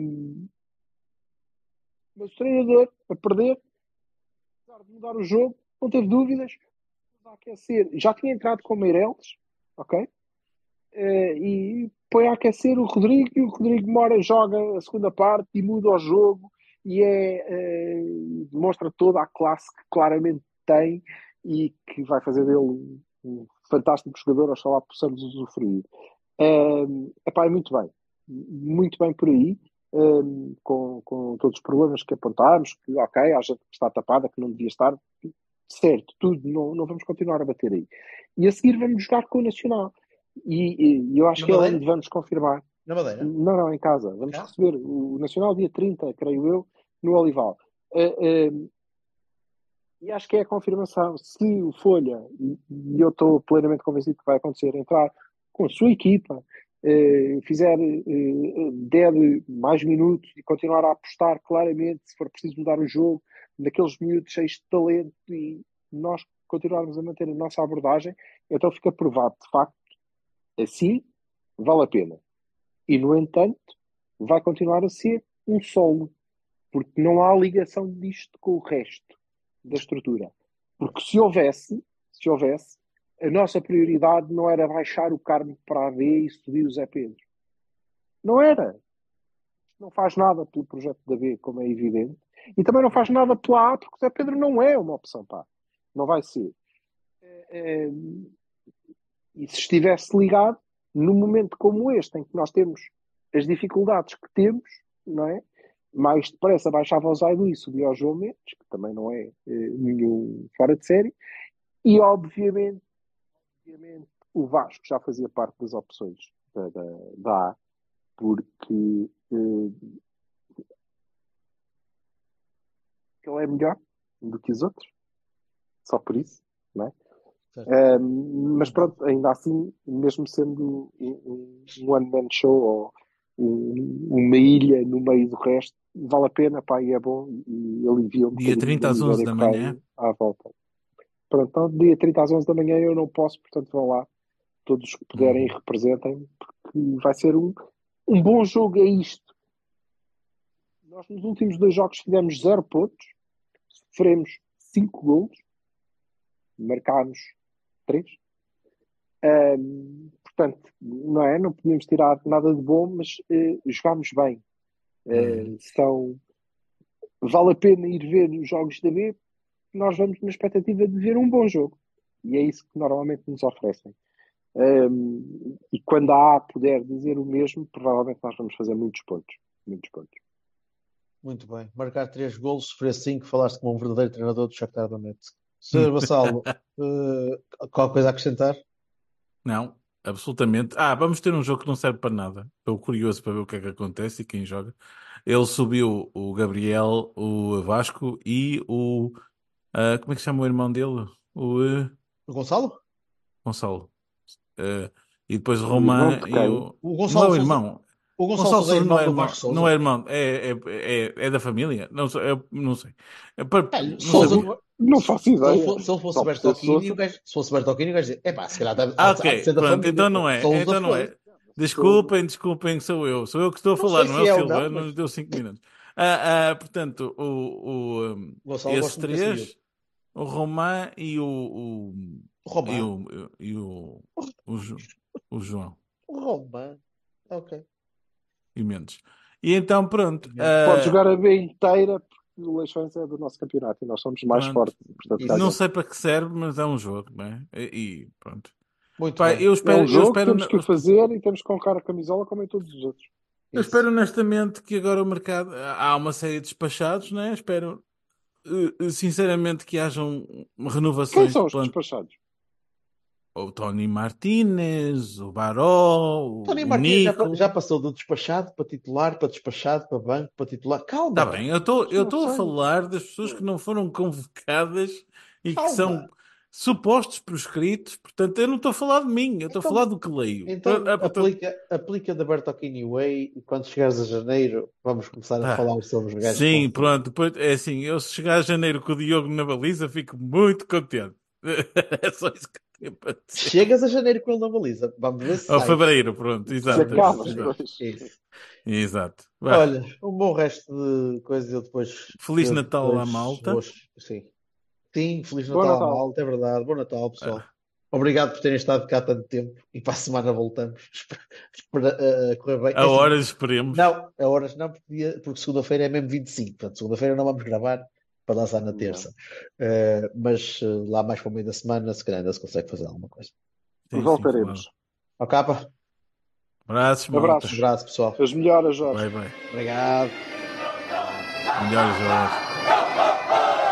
mas o treinador, a perder, apesar de mudar o jogo, não teve dúvidas. A aquecer. Já tinha entrado com o Meireles, ok? E põe a aquecer o Rodrigo e o Rodrigo joga a segunda parte e muda o jogo e demonstra toda a classe que claramente tem e que vai fazer dele um fantástico jogador, oxalá possamos usufruir. Epá, é muito bem por aí, com todos os problemas que apontámos, que ok, há gente que está tapada, que não devia estar, certo, tudo, não vamos continuar a bater aí. E a seguir vamos jogar com o Nacional. E eu acho Na que é Madeira? onde vamos confirmar. Na Madeira? Não, em casa. Vamos Cá? receber o Nacional dia 30, creio eu, no Olival. E acho que é a confirmação. Se o Folha, e eu estou plenamente convencido que vai acontecer, entrar com a sua equipa, fizer der mais minutos e continuar a apostar claramente, se for preciso mudar o jogo, naqueles minutos cheios de talento e nós continuarmos a manter a nossa abordagem, então fica provado, de facto, assim vale a pena. E, no entanto, vai continuar a ser um solo, porque não há ligação disto com o resto da estrutura. Porque se houvesse, a nossa prioridade não era baixar o Carmo para a B e subir o Zé Pedro. Não era. Não faz nada pelo projeto da B, como é evidente, e também não faz nada pela A, porque o Zé Pedro não é uma opção para A. Não vai ser. E se estivesse ligado, num momento como este, em que nós temos as dificuldades que temos, não é? Mais depressa baixava o Zaidu e subia o João Mendes, que também não é nenhum fora de série, e obviamente o Vasco já fazia parte das opções da A, porque ele é melhor do que os outros, só por isso, não é? Mas pronto, ainda assim, mesmo sendo um one-man show ou uma ilha no meio do resto, vale a pena, pá, e é bom e alivia um Dia bocadinho 30 da às 11 miséria da que vai manhã. à volta. Pronto, então, dia 30 às 11 da manhã eu não posso, portanto vão lá, todos que puderem e representem, porque vai ser um bom jogo, é isto. Nós nos últimos 2 jogos tivemos 0 pontos, sofremos 5 golos, marcámos 3. Portanto, não é? Não podíamos tirar nada de bom, mas jogámos bem. Vale a pena ir ver os jogos da B, nós vamos na expectativa de ver um bom jogo. E é isso que normalmente nos oferecem. E quando a A puder dizer o mesmo, provavelmente nós vamos fazer muitos pontos. Muitos pontos. Muito bem. Marcar 3 golos, sofrer 5, falaste como um verdadeiro treinador do Shakhtar Donetsk. Sr. Vassalo, qualquer coisa a acrescentar? Não, absolutamente. Vamos ter um jogo que não serve para nada. Estou curioso para ver o que é que acontece e quem joga. Ele subiu o Gabriel, o Vasco e o. Como é que se chama o irmão dele? O Gonçalo? Gonçalo. E depois o O irmão Romain de e quem? o. O Não é Gonçalo o Sousa. irmão. O Gonçalo Gonçalo Sousa é Sousa não irmão é do Vasco irmão. Não é Sousa. irmão. É da família? Não sei. Não sei. Não sei Sousa, porque. Não faço ideia. se ele fosse Só por ser Bertocchini, Sousa. se fosse Bertocchini, o gajo dizer, se calhar há de Ok, ser da pronto. família. Então não é. Sousa Então não foi. é. Desculpem, sou eu. Sou eu que estou a Não falar, sei não é se o é ou Silva. não, Não lhe mas deu 5 minutos. Portanto, o Gonçalo esses gosta muito desse miúdo. três, o Romain e o, O e Román. o, e o, o João O Román. Ok. e Mendes. E então, pronto. Pode jogar a B inteira, porque o Leixões é do nosso campeonato e nós somos mais Pronto. fortes. Portanto, Isso. Não ganhamos. sei para que serve, mas é um jogo, não é? E pronto. Muito Pá, bem. É um eu jogo, espero, temos que o fazer e temos que honrar a camisola como em todos os outros. eu Isso. espero honestamente que agora o mercado, há uma série de despachados, não é? Espero sinceramente que hajam Quem renovações são de os plano. despachados? O Tony Martínez, o Baró, Tony o Martins Nico. já passou do despachado para titular, para despachado, para banco, para titular. Está Calma. bem, eu Não estou a sei. falar das pessoas que não foram convocadas e que Calma. são supostos proscritos, portanto, eu não estou a falar de mim, eu estou a falar do que leio. Então Portanto, aplica da Bertolini Way e quando chegares a janeiro vamos começar a tá. falar sobre os gajos. Sim, pronto, depois, é assim, eu se chegar a janeiro com o Diogo na baliza, fico muito contente. É só isso que eu tenho para dizer. Chegas a janeiro com ele na baliza, vamos ver se Ou sai. fevereiro, pronto, Se exato. acabas, Exato. pois. Isso. Exato. Vá. Olha, um bom resto de coisas eu depois. Feliz eu Natal depois à malta. Sim. Sim, Feliz Bom Natal à Natal. malta, é verdade. Bom Natal, pessoal. Obrigado por terem estado cá tanto tempo e para a semana voltamos. Espero correr bem. A horas esperemos. Não, a horas não, porque segunda-feira é mesmo 25. Portanto, segunda-feira não vamos gravar para lançar na terça. Mas lá mais para o meio da semana, se calhar ainda se consegue fazer alguma coisa. Sim, Voltaremos. Ao capa. Abraços, malta. Abraços. Abraço, pessoal. As melhoras, Jorge. Bye, bye. Obrigado. Melhores horas.